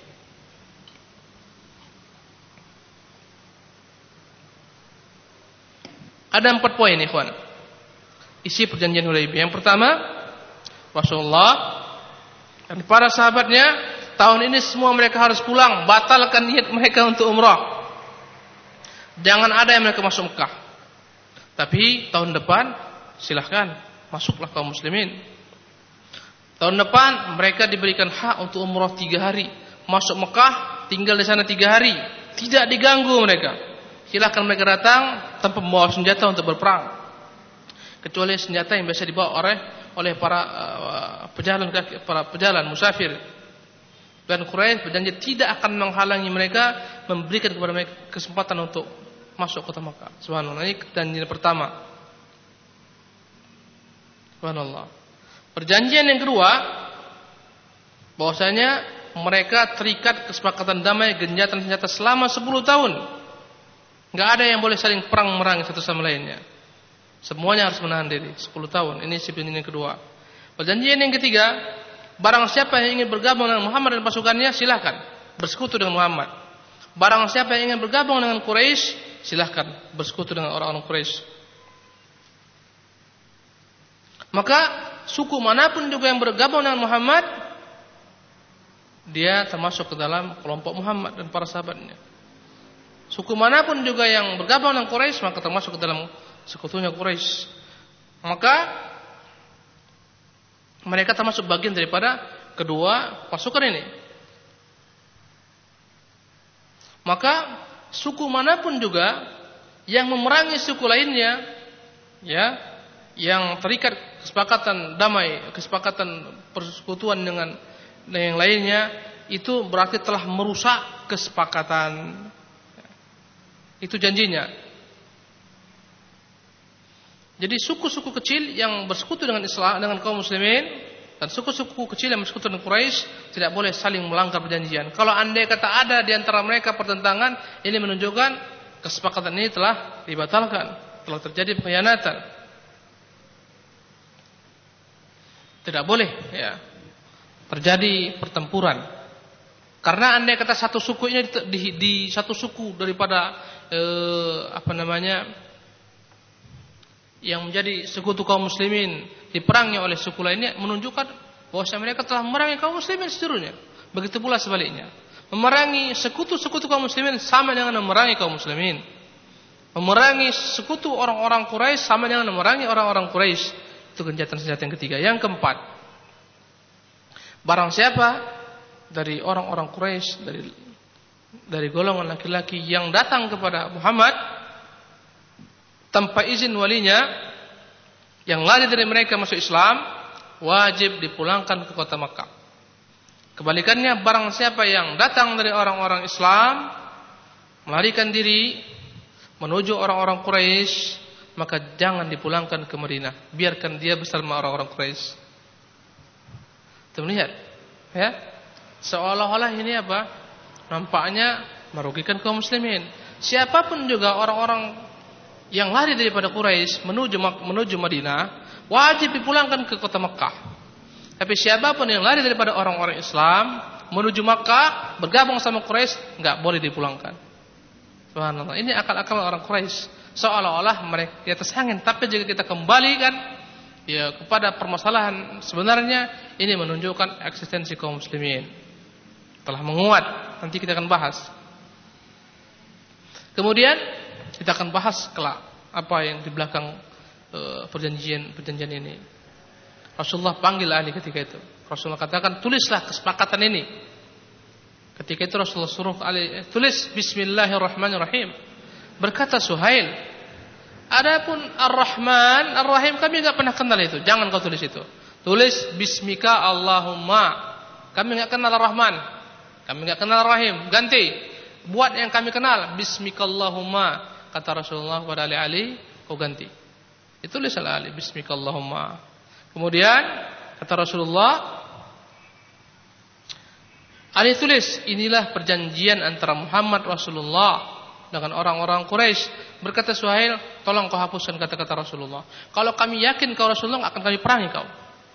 Ada empat poin, ikhwan, isi perjanjian Hudaybiyah. Yang pertama, Rasulullah dan para sahabatnya tahun ini semua mereka harus pulang, batalkan niat mereka untuk umrah. Jangan ada yang mereka masuk Mekah. Tapi tahun depan silahkan masuklah kaum muslimin. Tahun depan mereka diberikan hak untuk umrah tiga hari, masuk Mekah, tinggal di sana tiga hari, tidak diganggu mereka. Silahkan mereka datang tanpa membawa senjata untuk berperang, kecuali senjata yang biasa dibawa oleh oleh para uh, pejalan para pejalan musafir. Dan Quraisy berjanji tidak akan menghalangi mereka, memberikan kepada mereka kesempatan untuk masuk kota Makkah. Subhanallah, ini perjanjian pertama. Subhanallah. Perjanjian yang kedua, bahwasanya mereka terikat kesepakatan damai genjatan senjata selama sepuluh tahun. Enggak ada yang boleh saling perang merangi satu sama lainnya. Semuanya harus menahan diri sepuluh tahun. Ini perjanjian yang kedua. Perjanjian yang ketiga, barang siapa yang ingin bergabung dengan Muhammad dan pasukannya, silahkan bersekutu dengan Muhammad. Barang siapa yang ingin bergabung dengan Quraisy, silahkan bersekutu dengan orang-orang Quraisy. Maka suku manapun juga yang bergabung dengan Muhammad, dia termasuk ke dalam kelompok Muhammad dan para sahabatnya. Suku manapun juga yang bergabung dengan Quraisy, maka termasuk ke dalam sekutunya Quraisy. Maka mereka termasuk bagian daripada kedua pasukan ini. Maka suku manapun juga yang memerangi suku lainnya, ya, yang terikat kesepakatan damai, kesepakatan persekutuan dengan yang lainnya, itu berarti telah merusak kesepakatan. Itu janjinya. Jadi suku-suku kecil yang bersekutu dengan Islam, dengan kaum muslimin, dan suku-suku kecil yang bersekutu dengan Quraisy tidak boleh saling melanggar perjanjian. Kalau andai kata ada di antara mereka pertentangan, ini menunjukkan kesepakatan ini telah dibatalkan, telah terjadi pengkhianatan. Tidak boleh ya terjadi pertempuran. Karena andai kata satu sukunya di, di, di satu suku daripada eh, apa namanya yang menjadi sekutu kaum muslimin diperangi oleh suku lainnya, menunjukkan bahwa mereka telah memerangi kaum muslimin seluruhnya. Begitu pula sebaliknya. Memerangi sekutu-sekutu kaum muslimin sama dengan memerangi kaum muslimin. Memerangi sekutu orang-orang Quraisy sama dengan memerangi orang-orang Quraisy. Itu kejahatan senjata yang ketiga. Yang keempat, barang siapa dari orang-orang Quraisy, dari dari golongan laki-laki yang datang kepada Muhammad tanpa izin walinya, yang lari dari mereka masuk Islam, wajib dipulangkan ke kota Makkah. Kebalikannya, barang siapa yang datang dari orang-orang Islam, melarikan diri menuju orang-orang Quraisy, maka jangan dipulangkan ke Madinah. Biarkan dia bersama orang-orang Quraisy. Kita melihat, ya, seolah-olah ini apa? Nampaknya merugikan kaum muslimin. Siapapun juga orang-orang yang lari daripada Quraisy menuju menuju Madinah, wajib dipulangkan ke kota Makkah. Tapi siapapun yang lari daripada orang-orang Islam menuju Makkah, bergabung sama Quraisy, enggak boleh dipulangkan. Subhanallah, ini akal-akal orang Quraisy. Seolah-olah mereka di atas angin. Tapi jika kita kembalikan ya kepada permasalahan sebenarnya, ini menunjukkan eksistensi kaum muslimin telah menguat. Nanti kita akan bahas. Kemudian kita akan bahas kelak apa yang di belakang uh, perjanjian perjanjian ini. Rasulullah panggil Ali ketika itu. Rasulullah katakan, tulislah kesepakatan ini. Ketika itu Rasulullah suruh Ali, tulis Bismillahirrahmanirrahim. Berkata Suhail, adapun Ar-Rahman, Ar-Rahim kami enggak pernah kenal itu. Jangan kau tulis itu. Tulis Bismika Allahumma. Kami enggak kenal Ar-Rahman. Kami enggak kenal Ar-Rahim. Ganti. Buat yang kami kenal. Bismika Allahumma. Kata Rasulullah kepada Ali, Ali, kau ganti. Ditulis oleh Ali, Bismika Allahumma. Kemudian kata Rasulullah, Ali tulis, inilah perjanjian antara Muhammad Rasulullah dengan orang-orang Quraisy. Berkata Suhail, tolong kau hapuskan kata-kata Rasulullah. Kalau kami yakin kau Rasulullah, akan kami perangi kau.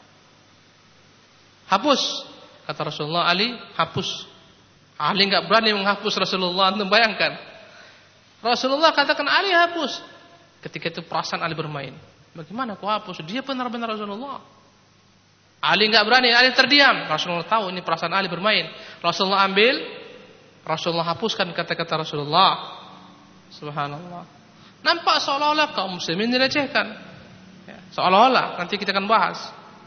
Hapus, kata Rasulullah. Ali, hapus. Ali enggak berani menghapus Rasulullah. Anda bayangkan. Rasulullah katakan, Ali hapus. Ketika itu perasaan Ali bermain. Bagaimana kau hapus? Dia benar-benar Rasulullah. Ali enggak berani, Ali terdiam. Rasulullah tahu ini perasaan Ali bermain. Rasulullah ambil, Rasulullah hapuskan kata-kata Rasulullah. Subhanallah. Nampak seolah-olah kaum muslimin dilecehkan. Ya, seolah-olah, nanti kita akan bahas.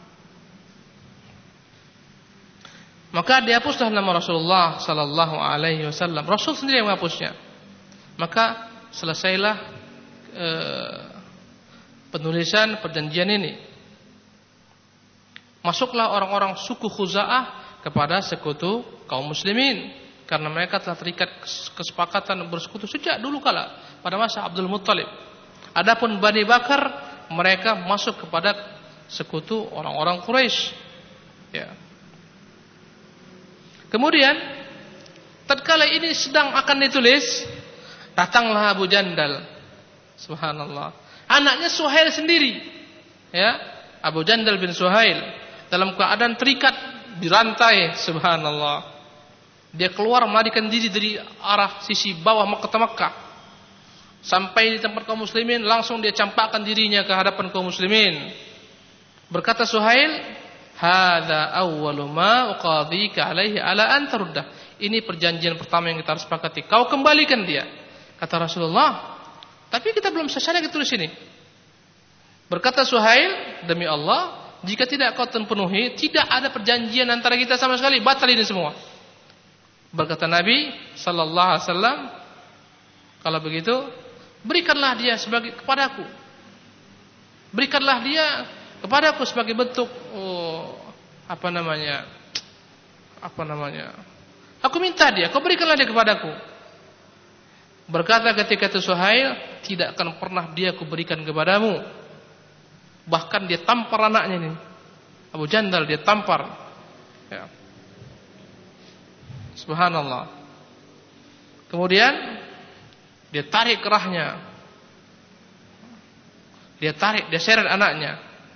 Maka dihapuslah nama Rasulullah sallallahu alaihi wasallam. Rasul sendiri yang menghapusnya. Maka selesailah e, penulisan perjanjian ini. Masuklah orang-orang suku Khuza'ah kepada sekutu kaum muslimin, karena mereka telah terikat kesepakatan bersekutu sejak dulu kala pada masa Abdul Muttalib. Adapun Bani Bakar, mereka masuk kepada sekutu orang-orang Quraisy. Ya. Kemudian tatkala ini sedang akan ditulis, datanglah Abu Jandal. Subhanallah. Anaknya Suhail sendiri. Ya, Abu Jandal bin Suhail dalam keadaan terikat di rantai. Subhanallah. Dia keluar melarikan diri dari arah sisi bawah Makkah Makkah. Sampai di tempat kaum muslimin, langsung dia campakkan dirinya ke hadapan kaum muslimin. Berkata Suhail, "Hadza awwalu ma uqadhika alaihi ala an taruddah." Ini perjanjian pertama yang kita harus sepakati. Kau kembalikan dia. Kata Rasulullah, "Tapi kita belum selesai tulis ini." Berkata Suhail, "Demi Allah, jika tidak kau terpenuhi, tidak ada perjanjian antara kita sama sekali, batal ini semua." Berkata Nabi sallallahu alaihi wasallam, "Kalau begitu, berikanlah dia sebagai kepadaku. Berikanlah dia kepadaku sebagai bentuk oh, apa namanya? Apa namanya? Aku minta dia, kau berikanlah dia kepadaku." Berkata ketika itu Suhail, "Tidak akan pernah dia kuberikan kepadamu." Bahkan dia tampar anaknya ini. Abu Jandal dia tampar. Ya. Subhanallah. Kemudian dia tarik kerahnya. Dia tarik, dia seret anaknya.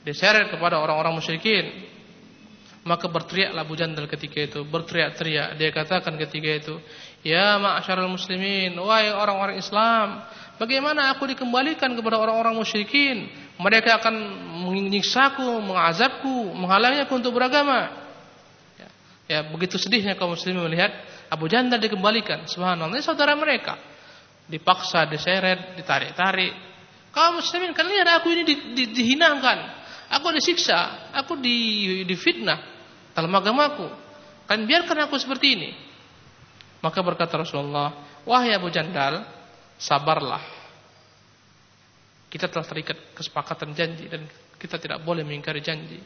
diseret kepada orang-orang musyrikin. Maka berteriaklah Abu Jandal ketika itu, berteriak-teriak. Dia katakan ketika itu, "Ya ma'asyaral muslimin, wahai orang-orang Islam, bagaimana aku dikembalikan kepada orang-orang musyrikin? Mereka akan menyiksaku, mengazabku, menghalangi aku untuk beragama." Ya, ya begitu sedihnya kaum muslimin melihat Abu Jandal dikembalikan. Subhanallah, ini saudara mereka. Dipaksa, diseret, ditarik-tarik. Kaum muslimin kan lihat aku ini di, di, dihinakan. Aku disiksa, aku di, difitnah dalam agamaku. Kan biarkan aku seperti ini. Maka berkata Rasulullah, "Wahai Abu Jandal, sabarlah. Kita telah terikat kesepakatan janji dan kita tidak boleh mengingkari janji.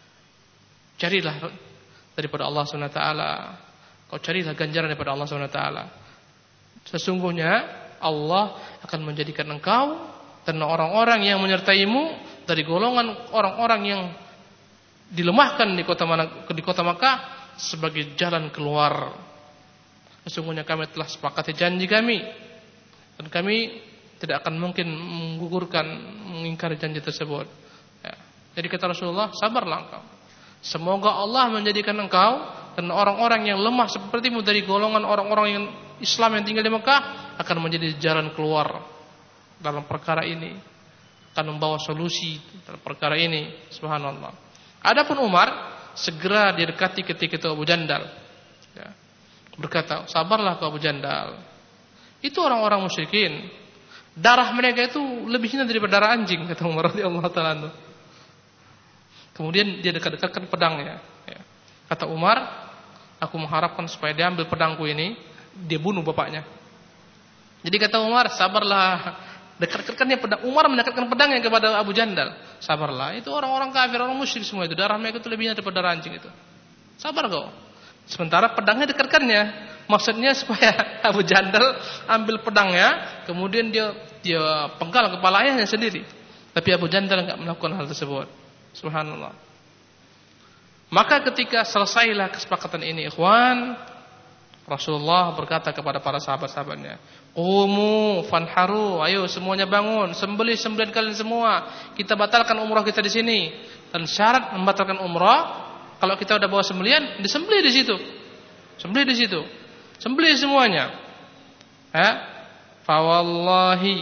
Carilah daripada Allah subhanahu wa taala. Kau carilah ganjaran daripada Allah subhanahu wa taala. Sesungguhnya Allah akan menjadikan engkau dan orang-orang yang menyertaimu dari golongan orang-orang yang dilemahkan di kota mana, di kota Makkah sebagai jalan keluar. Sesungguhnya kami telah sepakati janji kami dan kami tidak akan mungkin menggugurkan, mengingkari janji tersebut." Ya. Jadi kata Rasulullah, sabarlah engkau. Semoga Allah menjadikan engkau dan orang-orang yang lemah sepertimu dari golongan orang-orang yang Islam yang tinggal di Makkah akan menjadi jalan keluar dalam perkara ini, akan membawa solusi dalam perkara ini. Subhanallah. Adapun Umar segera didekati ketika itu Abu Jandal, ya, berkata, "Sabarlah kau Abu Jandal. Itu orang-orang musyrikin. Darah mereka itu lebih hina daripada darah anjing," kata Umar radhiyallahu taala. Kemudian dia dekat-dekatkan pedangnya. Ya. Kata Umar, "Aku mengharapkan supaya dia ambil pedangku ini, dia bunuh bapaknya." Jadi kata Umar, "Sabarlah." Dekat-dekatkannya pedang. Umar mendekatkan pedangnya kepada Abu Jandal. "Sabarlah, itu orang-orang kafir, orang musyrik semua itu. Darah mereka itu lebih hina daripada darah anjing itu. Sabar kau." Sementara pedangnya dekatkannya. Maksudnya supaya Abu Jandal ambil pedangnya, kemudian dia dia penggal kepala ayahnya sendiri. Tapi Abu Jandal enggak melakukan hal tersebut. Subhanallah. Maka ketika selesailah kesepakatan ini, ikhwan, Rasulullah berkata kepada para sahabat-sahabatnya, "Qumu fanharu, ayo semuanya bangun, sembelih sembelihan kalian semua. Kita batalkan umrah kita di sini. Dan syarat membatalkan umrah, kalau kita udah bawa sembelihan, disembelih di situ. Sembelih di situ. Sembelih semuanya." Ha? Fa wallahi,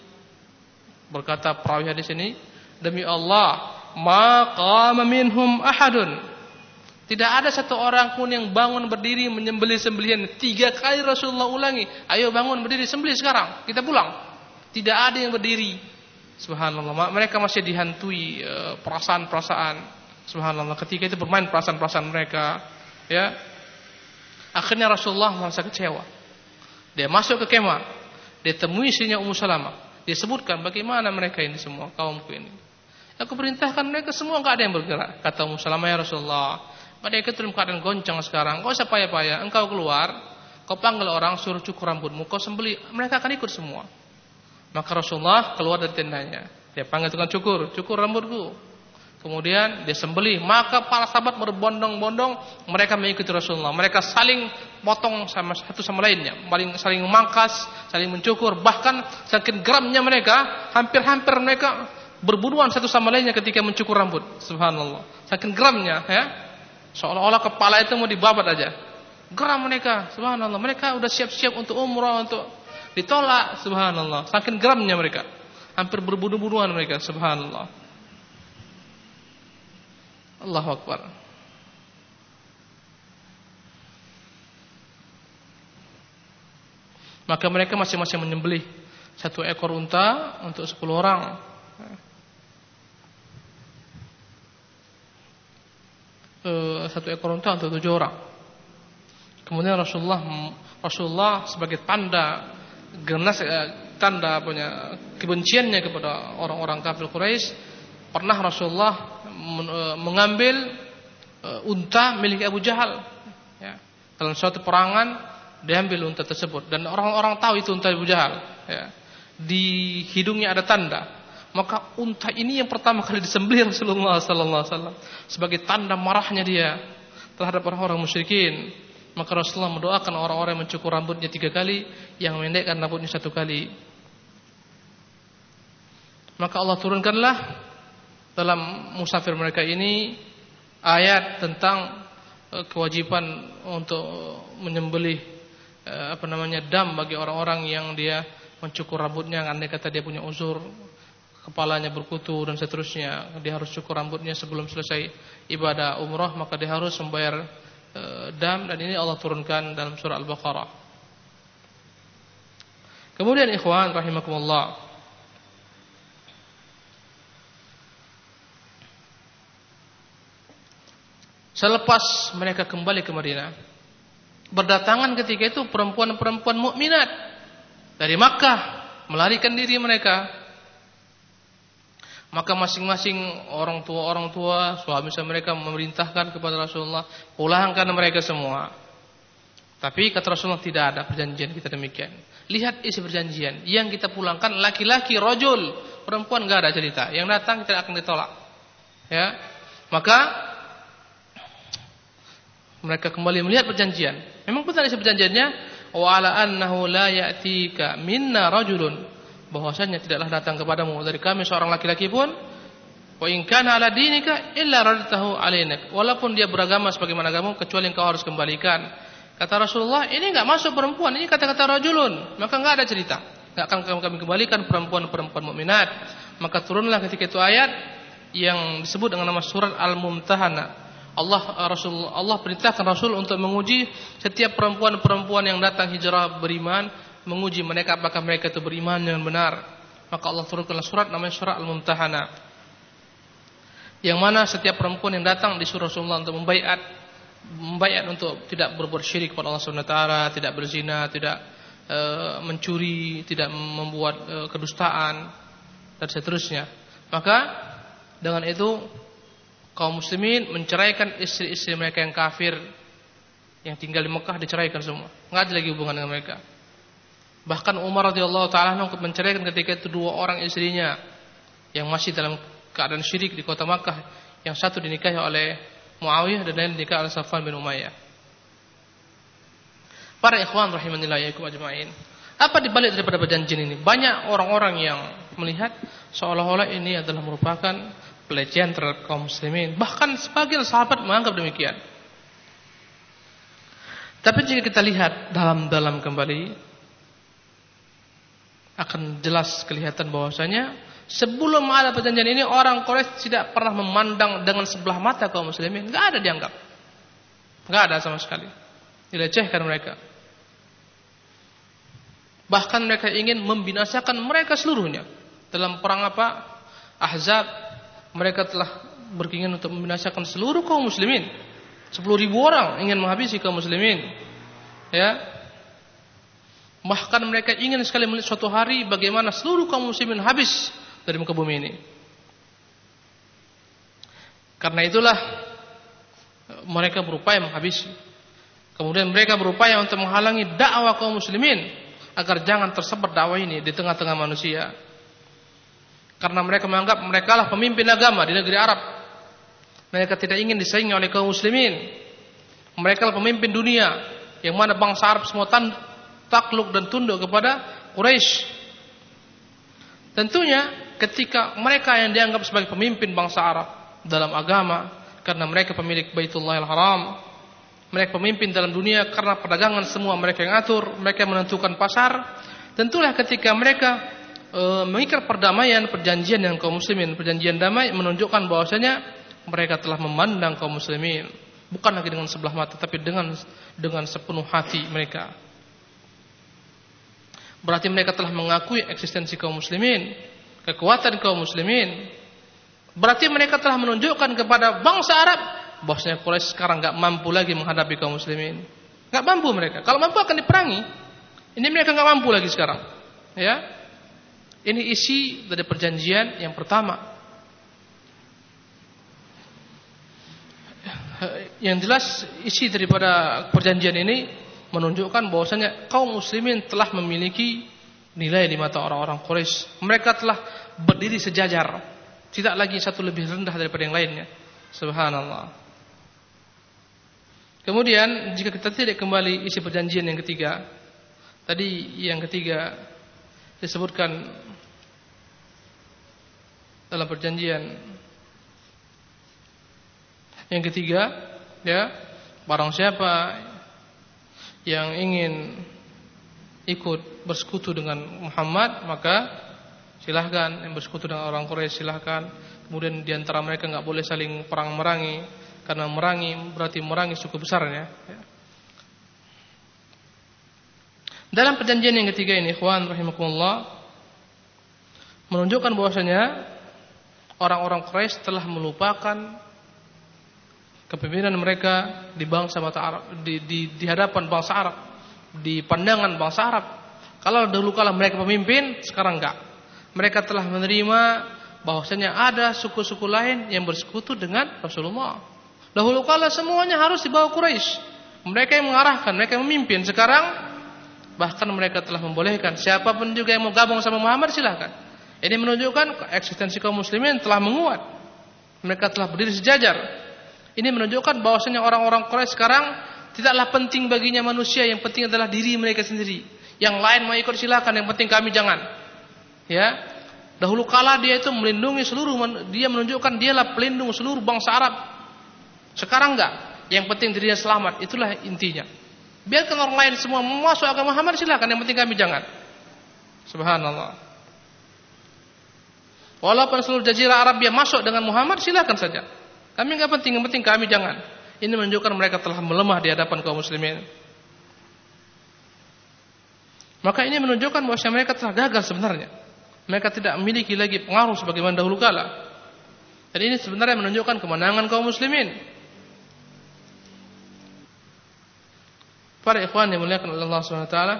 berkata perawi hadis ini, "Demi Allah, ma qama minhum ahadun." Tidak ada satu orang pun yang bangun berdiri menyembelih sembelihan. Tiga kali Rasulullah ulangi, "Ayo bangun berdiri, sembelih sekarang, kita pulang." Tidak ada yang berdiri. Subhanallah. Mereka masih dihantui perasaan-perasaan. Subhanallah. Ketika itu bermain perasaan-perasaan mereka. Ya. Akhirnya Rasulullah merasa kecewa. Dia masuk ke kemah. Dia temui istrinya Ummu Salamah. Dia sebutkan bagaimana mereka ini semua, kaumku ini. "Aku perintahkan mereka semua, enggak ada yang bergerak." Kata Ummu Salamah, "Ya Rasulullah, mereka dalam keadaan goncang sekarang. Kau usah payah-payah. Engkau keluar, kau panggil orang, suruh cukur rambutmu, kau sembelih, mereka akan ikut semua." Maka Rasulullah keluar dari tendanya. Dia panggil tukang cukur, "Cukur rambutku." Kemudian dia sembelih. Maka para sahabat berbondong-bondong, mereka mengikuti Rasulullah. Mereka saling potong sama satu sama lainnya, saling memangkas, saling mencukur. Bahkan saking geramnya mereka, hampir-hampir mereka berburuan satu sama lainnya ketika mencukur rambut. Subhanallah. Saking geramnya, ya. Seolah-olah kepala itu mau dibabat aja. Geram mereka, subhanallah. Mereka udah siap-siap untuk umrah, untuk ditolak, subhanallah. Saking geramnya mereka. Hampir berbunuh-bunuhan mereka, subhanallah. Allahu Akbar. Maka mereka masing-masing menyembelih satu ekor unta untuk sepuluh orang. Satu ekor unta untuk tujuh orang. Kemudian Rasulullah Rasulullah sebagai tanda genas, tanda punya kebenciannya kepada orang-orang kafir Quraisy, pernah Rasulullah mengambil unta milik Abu Jahal. Ya. Dalam suatu perangan diambil unta tersebut dan orang-orang tahu itu unta Abu Jahal. Ya. Di hidungnya ada tanda. Maka unta ini yang pertama kali disembelih Rasulullah sallallahu alaihi wasallam sebagai tanda marahnya dia terhadap orang-orang musyrikin. Maka Rasulullah mendoakan orang-orang yang mencukur rambutnya tiga kali, yang mendekkan rambutnya satu kali. Maka Allah turunkanlah dalam musafir mereka ini ayat tentang kewajiban untuk menyembelih apa namanya dam bagi orang-orang yang dia mencukur rambutnya, andai kata dia punya uzur, kepalanya berkutu dan seterusnya, dia harus cukur rambutnya sebelum selesai ibadah umrah, maka dia harus membayar e, dam, dan ini Allah turunkan dalam surah Al-Baqarah. Kemudian ikhwan rahimakumullah, selepas mereka kembali ke Madinah, berdatangan ketika itu perempuan-perempuan mukminat dari Makkah melarikan diri mereka. Maka masing-masing orang tua-orang tua, suami-suami mereka memerintahkan kepada Rasulullah, pulangkan mereka semua. Tapi kata Rasulullah, tidak ada perjanjian kita demikian. Lihat isi perjanjian, yang kita pulangkan laki-laki, rajul, perempuan enggak ada cerita. Yang datang tidak akan ditolak. Ya. Maka mereka kembali melihat perjanjian. Memang benar isi perjanjiannya, wa ala annahu la ya'tika minna rajulun, bahwasanya tidaklah datang kepadamu dari kami seorang laki-laki pun, wa in kana ala dinika illa radtahu alainak, walaupun dia beragama sebagaimana agamamu, kecuali engkau harus kembalikan. Kata Rasulullah, ini enggak masuk perempuan, ini kata-kata rajulun, maka enggak ada cerita. Enggak akan kami kembalikan perempuan-perempuan mukminat. Maka turunlah ketika itu ayat yang disebut dengan nama surat Al-Mumtahanah. Allah Rasul Allah perintahkan Rasul untuk menguji setiap perempuan-perempuan yang datang hijrah beriman, menguji mereka apakah mereka itu beriman yang benar. Maka Allah turunkan surat namanya surat Al-Mumtahanah, yang mana setiap perempuan yang datang disuruh Rasulullah untuk membaiat, membaiat untuk tidak berbuat syirik kepada Allah Subhanahu wa taala, tidak berzina, tidak e, mencuri, tidak membuat e, kedustaan dan seterusnya. Maka dengan itu kaum muslimin menceraikan istri-istri mereka yang kafir yang tinggal di Mekah, diceraikan semua, enggak ada lagi hubungan dengan mereka. Bahkan Umar radhiyallahu taala untuk menceraikan ketika itu dua orang istrinya yang masih dalam keadaan syirik di kota Makkah, yang satu dinikahi oleh Muawiyah dan lain dinikahi oleh Safwan bin Umayyah. Para ikhwan rahimanillah ya ajmain, apa dibalik daripada perjanjian ini? Banyak orang-orang yang melihat seolah-olah ini adalah merupakan pelecehan terhadap kaum muslimin. Bahkan sebagian sahabat menganggap demikian. Tapi jika kita lihat dalam-dalam kembali, akan jelas kelihatan bahwasanya sebelum ada perjanjian ini, orang Quraisy tidak pernah memandang dengan sebelah mata kaum muslimin. Enggak ada dianggap. Enggak ada sama sekali. Dilecehkan mereka. Bahkan mereka ingin membinasakan mereka seluruhnya. Dalam perang apa? Ahzab, mereka telah berkeinginan untuk membinasakan seluruh kaum muslimin. Sepuluh ribu orang ingin menghabisi kaum muslimin. Ya. Bahkan mereka ingin sekali melihat suatu hari bagaimana seluruh kaum muslimin habis dari muka bumi ini. Karena itulah mereka berupaya menghabisi. Kemudian mereka berupaya untuk menghalangi dakwah kaum muslimin agar jangan tersebar dakwah ini di tengah-tengah manusia. Karena mereka menganggap mereka lah pemimpin agama di negeri Arab. Mereka tidak ingin disaingi oleh kaum muslimin. Mereka lah pemimpin dunia, yang mana bangsa Arab semua takluk dan tunduk kepada Quraisy. Tentunya ketika mereka yang dianggap sebagai pemimpin bangsa Arab dalam agama, karena mereka pemilik Baitullahil Haram, mereka pemimpin dalam dunia karena perdagangan semua mereka yang atur, mereka menentukan pasar. Tentulah ketika mereka mengikat perdamaian, perjanjian dengan kaum muslimin, perjanjian damai, menunjukkan bahwasanya mereka telah memandang kaum muslimin bukan lagi dengan sebelah mata, tapi dengan dengan sepenuh hati mereka. Berarti mereka telah mengakui eksistensi kaum muslimin, kekuatan kaum muslimin. Berarti mereka telah menunjukkan kepada bangsa Arab bahwasanya Quraisy sekarang enggak mampu lagi menghadapi kaum muslimin. Enggak mampu mereka. Kalau mampu akan diperangi. Ini mereka enggak mampu lagi sekarang. Ya. Ini isi dari perjanjian yang pertama. Yang jelas isi daripada perjanjian ini menunjukkan bahwasanya kaum muslimin telah memiliki nilai di mata orang-orang Quraisy. Mereka telah berdiri sejajar, tidak lagi satu lebih rendah daripada yang lainnya. Subhanallah. Kemudian jika kita tidak kembali isi perjanjian yang ketiga, tadi yang ketiga disebutkan dalam perjanjian Yang ketiga, ya, barang siapa yang ingin ikut bersekutu dengan Muhammad, maka silahkan. Yang bersekutu dengan orang Quraisy silahkan. Kemudian di antara mereka enggak boleh saling perang merangi, karena merangi berarti merangi suku besarnya, ya. Dalam perjanjian yang ketiga ini, ikhwan rahimakumullah, menunjukkan bahwasanya orang-orang Quraisy telah melupakan kepemimpinan mereka di bangsa mata Arab, di, di, di hadapan bangsa Arab, di pandangan bangsa Arab. Kalau dahulu kala mereka pemimpin, sekarang enggak. Mereka telah menerima bahwasanya ada suku-suku lain yang bersekutu dengan Rasulullah. Dahulu kala semuanya harus di bawah Quraisy. Mereka yang mengarahkan, mereka yang memimpin. Sekarang bahkan mereka telah membolehkan siapapun juga yang mau gabung sama Muhammad silahkan. Ini menunjukkan eksistensi kaum muslimin telah menguat. Mereka telah berdiri sejajar. Ini menunjukkan bahwasanya orang-orang Quraisy sekarang tidaklah penting baginya manusia, yang penting adalah diri mereka sendiri. Yang lain mau ikut silahkan, yang penting kami jangan. Ya. Dahulu kala dia itu melindungi seluruh, dia menunjukkan dialah pelindung seluruh bangsa Arab. Sekarang enggak. Yang penting dirinya selamat, itulah intinya. Biarkan orang lain semua masuk agama Muhammad silahkan, yang penting kami jangan. Subhanallah. Walaupun seluruh jazirah Arabia masuk dengan Muhammad silahkan saja. Kami enggak penting, yang penting kami jangan. Ini menunjukkan mereka telah melemah di hadapan kaum muslimin. Maka ini menunjukkan bahwa mereka telah gagal sebenarnya. Mereka tidak memiliki lagi pengaruh sebagaimana dahulu kala. Dan ini sebenarnya menunjukkan kemenangan kaum muslimin. Para ikhwan yang dimuliakan oleh Allah Subhanahu wa taala,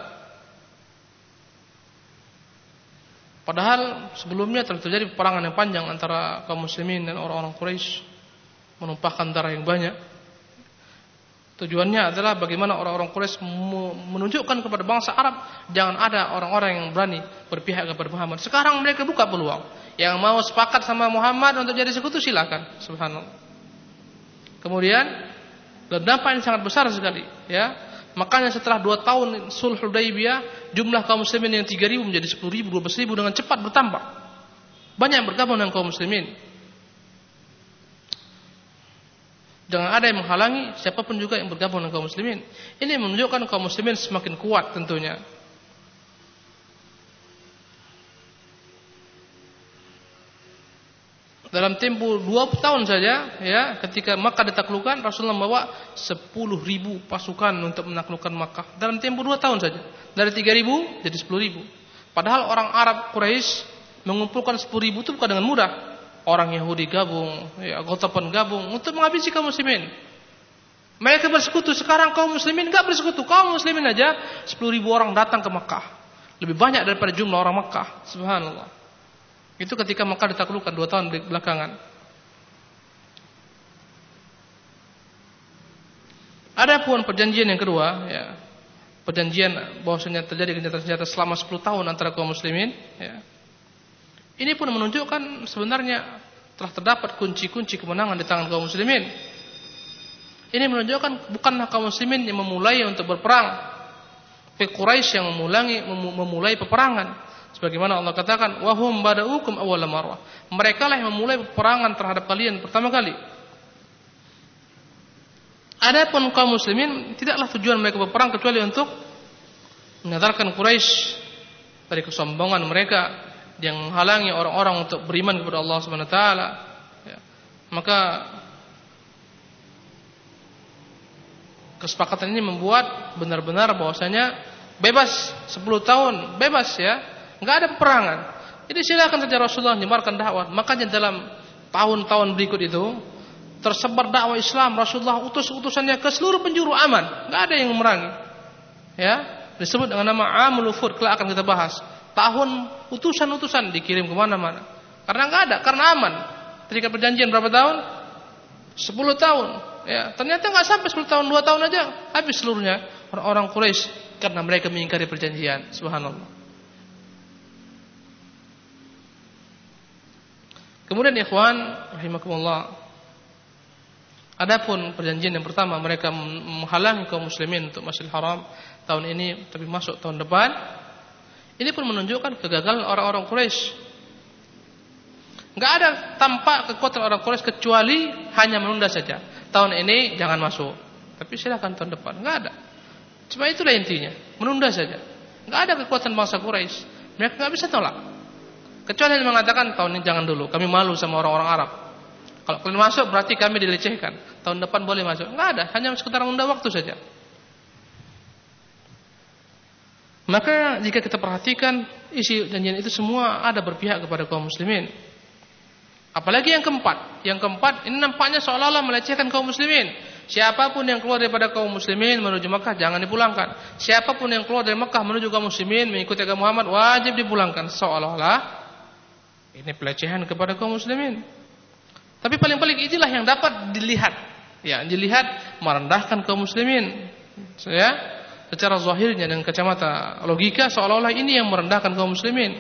padahal sebelumnya telah terjadi peperangan yang panjang antara kaum muslimin dan orang-orang Quraisy, menumpahkan darah yang banyak. Tujuannya adalah bagaimana orang-orang Quraisy menunjukkan kepada bangsa Arab jangan ada orang-orang yang berani berpihak kepada Muhammad. Sekarang mereka buka peluang. Yang mau sepakat sama Muhammad untuk jadi sekutu silakan. Subhanallah. Kemudian dampak ini sangat besar sekali, ya. Makanya setelah dua tahun Sulh Hudaybiyah, jumlah kaum muslimin yang tiga ribu menjadi sepuluh ribu, dua belas ribu dengan cepat bertambah. Banyak yang bergabung dengan kaum muslimin. Jangan ada yang menghalangi siapapun juga yang bergabung dengan kaum muslimin. Ini menunjukkan kaum muslimin semakin kuat tentunya. Dalam tempo dua puluh tahun saja, ya, ketika Makkah ditaklukkan, Rasulullah membawa sepuluh ribu pasukan untuk menaklukkan Makkah. Dalam tempo dua tahun saja. Dari tiga ribu jadi sepuluh ribu. Padahal orang Arab Quraisy mengumpulkan sepuluh ribu itu bukan dengan mudah. Orang Yahudi gabung, ya, Ghatafan gabung untuk menghabisi kaum muslimin. Mereka bersekutu. Sekarang kaum muslimin enggak bersekutu. Kaum muslimin aja sepuluh ribu orang datang ke Makkah. Lebih banyak daripada jumlah orang Makkah. Subhanallah. Itu ketika Makkah ditaklukkan dua tahun belakangan. Adapun perjanjian yang kedua, ya, perjanjian bahwasanya terjadi gencatan senjata selama sepuluh tahun antara kaum muslimin, ya. Ini pun menunjukkan sebenarnya telah terdapat kunci-kunci kemenangan di tangan kaum muslimin. Ini menunjukkan bukanlah kaum muslimin yang memulai untuk berperang, tapi Quraisy yang memulai memulai peperangan. Sebagaimana Allah katakan, wahum bada'ukum awwala marrah. Mereka lah yang memulai peperangan terhadap kalian pertama kali. Adapun kaum muslimin tidaklah tujuan mereka berperang kecuali untuk menyadarkan Quraisy dari kesombongan mereka yang menghalangi orang-orang untuk beriman kepada Allah Subhanahu wa taala. Ya. Maka kesepakatan ini membuat benar-benar bahwasanya bebas sepuluh tahun, bebas, ya. Enggak ada peperangan. Jadi silakan saja Rasulullah menyebarkan dakwah. Makanya dalam tahun-tahun berikut itu tersebar dakwah Islam. Rasulullah utus utusannya ke seluruh penjuru aman. Enggak ada yang memerangi. Ya, disebut dengan nama Amul Wufud. Kelak akan kita bahas. Tahun utusan-utusan dikirim ke mana-mana. Karena enggak ada, karena aman. Terikat perjanjian berapa tahun? sepuluh tahun. Ya, ternyata enggak sampai sepuluh tahun, dua tahun aja habis seluruhnya orang-orang Quraisy karena mereka mengingkari perjanjian. Subhanallah. Kemudian ikhwan rahimakumullah, adapun perjanjian yang pertama mereka menghalangi kaum muslimin untuk Masjidil Haram tahun ini tapi masuk tahun depan. Ini pun menunjukkan kegagalan orang-orang Quraisy. Enggak ada tampak kekuatan orang Quraisy kecuali hanya menunda saja. tahun ini jangan masuk, tapi silakan tahun depan. Enggak ada. Cuma itulah intinya, menunda saja. Enggak ada kekuatan bangsa Quraisy. Mereka enggak bisa tolak. Kecuali yang mengatakan tahun ini jangan dulu, kami malu sama orang-orang Arab. Kalau kalian masuk berarti kami dilecehkan. Tahun depan boleh masuk. Enggak ada, hanya sekedar menunda waktu saja. Maka jika kita perhatikan isi janjian itu semua ada berpihak kepada kaum muslimin. Apalagi yang keempat. Yang keempat ini nampaknya seolah-olah melecehkan kaum muslimin. Siapapun yang keluar daripada kaum muslimin menuju Mekah jangan dipulangkan. Siapapun yang keluar dari Mekah menuju kaum muslimin mengikuti agama Muhammad wajib dipulangkan. Seolah-olah ini pelecehan kepada kaum muslimin. Tapi paling-paling inilah yang dapat dilihat. Ya, dilihat merendahkan kaum muslimin. Ya, secara zahirnya dan kacamata logika seolah-olah ini yang merendahkan kaum muslimin.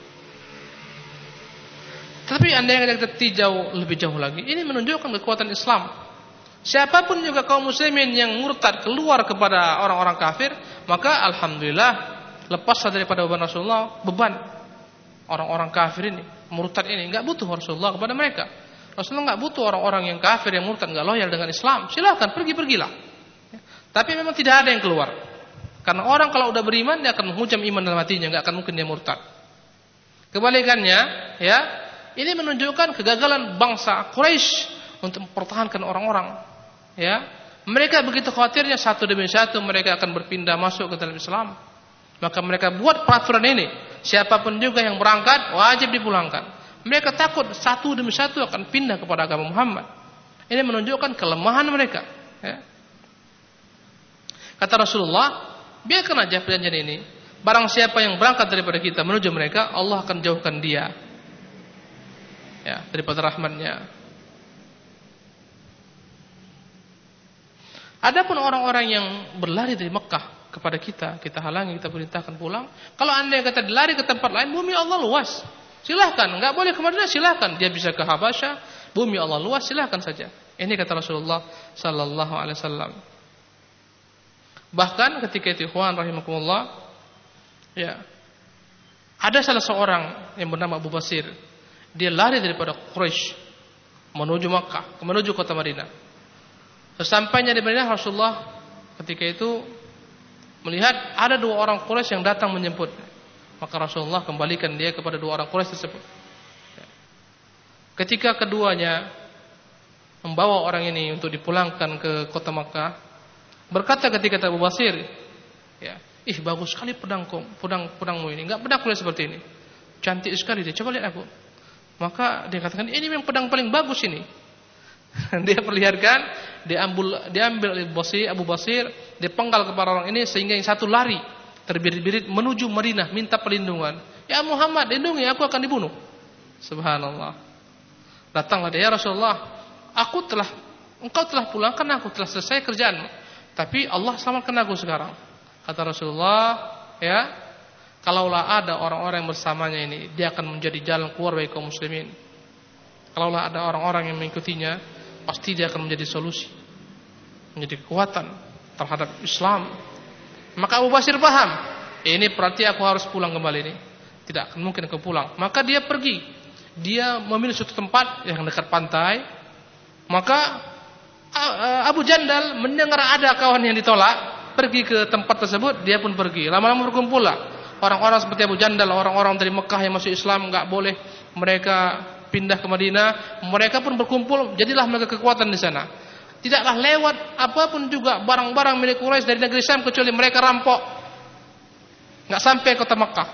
Tapi andai kita tinjau lebih jauh lagi, ini menunjukkan kekuatan Islam. Siapapun juga kaum muslimin yang murtad keluar kepada orang-orang kafir, maka alhamdulillah lepaslah daripada beban Rasulullah, beban orang-orang kafir ini, murtad ini enggak butuh Rasulullah kepada mereka. Rasulullah enggak butuh orang-orang yang kafir yang murtad enggak loyal dengan Islam. Silakan pergi-pergilah. Tapi memang tidak ada yang keluar. Karena orang kalau udah beriman dia akan menghujam iman dalam hatinya, enggak akan mungkin dia murtad. Kebalikannya, ya, ini menunjukkan kegagalan bangsa Quraisy untuk mempertahankan orang-orang. Ya, mereka begitu khawatirnya satu demi satu mereka akan berpindah masuk ke dalam Islam. Maka mereka buat peraturan ini, siapapun juga yang berangkat wajib dipulangkan. Mereka takut satu demi satu akan pindah kepada agama Muhammad. Ini menunjukkan kelemahan mereka. Ya. Kata Rasulullah, biarkan aja perjanjian ini. Barang siapa yang berangkat daripada kita menuju mereka, Allah akan jauhkan dia, ya, daripada rahmatnya. Adapun orang-orang yang berlari dari Mekah kepada kita, kita halangi, kita perintahkan pulang. Kalau anda yang kata lari ke tempat lain, bumi Allah luas, silahkan. Enggak boleh ke Madinah, silahkan. Dia bisa ke Habasyah, bumi Allah luas, silahkan saja. Ini kata Rasulullah Sallallahu Alaihi Wasallam. Bahkan ketika itu, ikhwan rahimakumullah, ya, ada salah seorang yang bernama Abu Basir. Dia lari daripada Quraisy menuju Makkah, menuju kota Madinah. Sesampainya di Madinah, Rasulullah ketika itu melihat ada dua orang Quraisy yang datang menjemput. Maka Rasulullah kembalikan dia kepada dua orang Quraisy tersebut. Ketika keduanya membawa orang ini untuk dipulangkan ke kota Makkah, berkata ketika Abu Basir, ya, ih bagus sekali pedangku, pedang pedangmu ini. Enggak pedang kulit seperti ini. Cantik sekali dia. Coba lihat aku. Maka dia katakan, ini memang pedang paling bagus ini. Dia perlihatkan, dia ambil, dia ambil Abu Basir, Abu Basir, dia penggal kepada orang ini sehingga yang satu lari terbirit-birit menuju Madinah minta perlindungan. Ya Muhammad, lindungi aku akan dibunuh. Subhanallah. Datanglah dia, ya Rasulullah, aku telah, engkau telah pulangkan aku, telah selesai kerjaanmu. Tapi Allah selamatkan aku sekarang. Kata Rasulullah, ya, kalaulah ada orang-orang yang bersamanya ini, dia akan menjadi jalan keluar bagi kaum muslimin. Kalaulah ada orang-orang yang mengikutinya, pasti dia akan menjadi solusi, menjadi kekuatan terhadap Islam. Maka Abu Basir paham, ini berarti aku harus pulang kembali ini. Tidak akan mungkin aku pulang. Maka dia pergi. Dia memilih suatu tempat yang dekat pantai. Maka Abu Jandal mendengar ada kawan yang ditolak, pergi ke tempat tersebut, dia pun pergi. Lama-lama berkumpul lah orang-orang seperti Abu Jandal, orang-orang dari Mekah yang masuk Islam, enggak boleh mereka pindah ke Madinah. Mereka pun berkumpul, jadilah mereka kekuatan di sana. Tidaklah lewat apapun juga barang-barang milik Quraisy dari negeri Syam kecuali mereka rampok. Enggak sampai kota Mekah.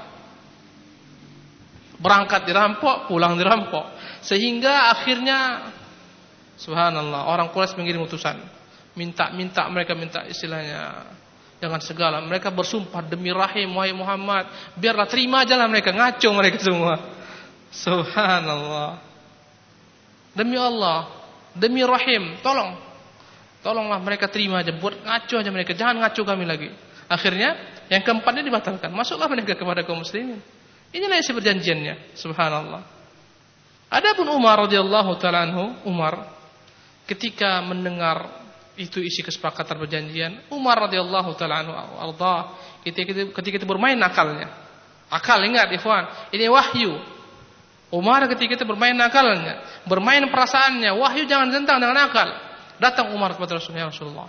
Berangkat dirampok, pulang dirampok. Sehingga akhirnya subhanallah, orang Quraisy mengirim utusan, minta-minta mereka minta istilahnya dengan segala, mereka bersumpah demi rahim wahai Muhammad, biarlah terima aja lah mereka, ngaco mereka semua. Subhanallah. Demi Allah, demi rahim, tolong, tolonglah mereka terima aja, buat ngaco aja mereka, jangan ngaco kami lagi. Akhirnya yang keempatnya dibatalkan, masuklah mereka kepada kaum muslimin. Inilah isi perjanjiannya. Subhanallah. Adapun Umar radhiyallahu taala anhu, Umar ketika mendengar itu isi kesepakatan perjanjian, Umar radhiyallahu taala anhu arda, ketika ketika itu bermain akalnya. Akal, ingat ikhwan, ini wahyu. Umar ketika itu bermain akalnya, bermain perasaannya. Wahyu jangan tentang dengan akal. Datang Umar kepada Rasulullah, ya Rasulullah,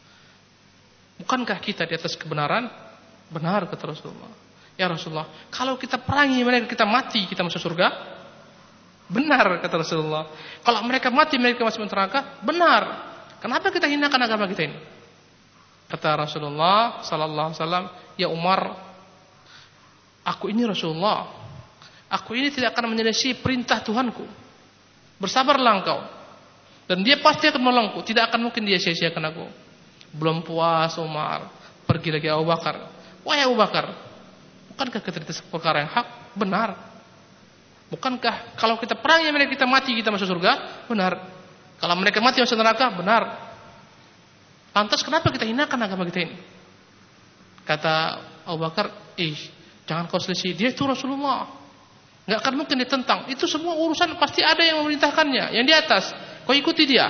bukankah kita di atas kebenaran? Benar, kata Rasulullah. Ya Rasulullah, kalau kita perangi mereka, kita mati, kita masuk surga? Benar, kata Rasulullah. Kalau mereka mati, mereka masuk neraka? Benar. Kenapa kita hinakan agama kita ini? Kata Rasulullah sallallahu alaihi wasallam, ya Umar, aku ini Rasulullah, aku ini tidak akan menyelisih perintah Tuhanku. Bersabarlah engkau, dan dia pasti akan menolongku. Tidak akan mungkin dia sia-siakan aku. Belum puas Umar, pergi lagi Abu Bakar. Wahai Abu Bakar, bukankah kita di atas perkara yang hak? Benar. Bukankah kalau kita perangi mereka, kita mati, kita masuk surga? Benar. Kalau mereka mati masuk neraka? Benar. Lantas kenapa kita hinakan agama kita ini? Kata Abu Bakar, ih, jangan kau selisih, dia itu Rasulullah, nggak akan mungkin ditentang. Itu semua urusan pasti ada yang memerintahkannya, yang di atas. Kau ikuti dia.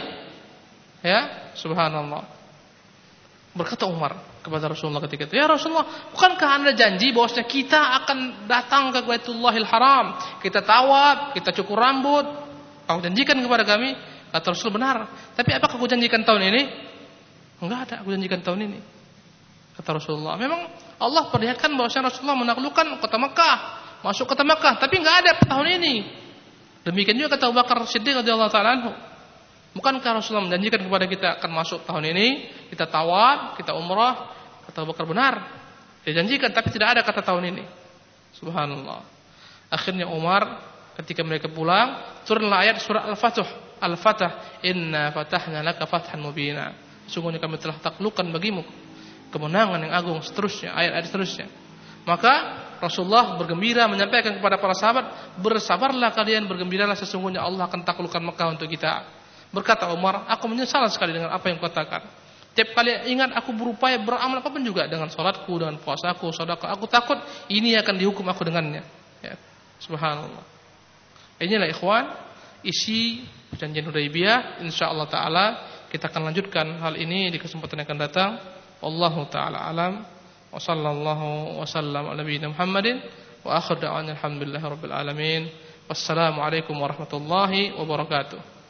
Ya, subhanallah. Berkata Umar kepada Rasulullah ketika itu, ya Rasulullah, bukankah anda janji bahwasanya kita akan datang ke Baitullahil Haram, kita tawaf, kita cukur rambut, kau janjikan kepada kami? Kata Rasul, benar. Tapi apakah kau janjikan tahun ini? Enggak ada, aku janjikan tahun ini. Kata Rasulullah, memang Allah perlihatkan bahwasanya Rasulullah menaklukkan kota Mekah, masuk kota Mekah, tapi enggak ada tahun ini. Demikian juga kata Abu Bakar Siddiq radhiyallahu taala anhu. Bukankah Rasulullah menjanjikan kepada kita akan masuk tahun ini, kita tawaf, kita umrah? Kata Abu Bakar, benar. Dia janjikan, tapi tidak ada kata tahun ini. Subhanallah. Akhirnya Umar ketika mereka pulang, turunlah ayat surah Al-Fatih. Al-Fatah, inna fatahna laka fathan mubina. Sungguhnya kami telah taklukkan bagimu kemenangan yang agung, seterusnya, ayat-ayat seterusnya. Maka Rasulullah bergembira menyampaikan kepada para sahabat, bersabarlah kalian, bergembiralah, sesungguhnya Allah akan taklukkan Mekah untuk kita. Berkata Umar, aku menyesal sekali dengan apa yang kau katakan. Tiap kali ingat aku berupaya beramal apapun juga, dengan salatku, dengan puasaku, sedekah, aku takut ini akan dihukum aku dengannya. Ya. Subhanallah. Inilah ikhwan isi perjanjian Hudaybiyah. Insyaallah taala kita akan lanjutkan hal ini di kesempatan yang akan datang. Wallahu taala alam. Wa sallallahu wasallam ala nabiyina Muhammadin wa akhir da'wana alhamdulillahirabbil alamin. Wassalamu alaikum warahmatullahi wabarakatuh.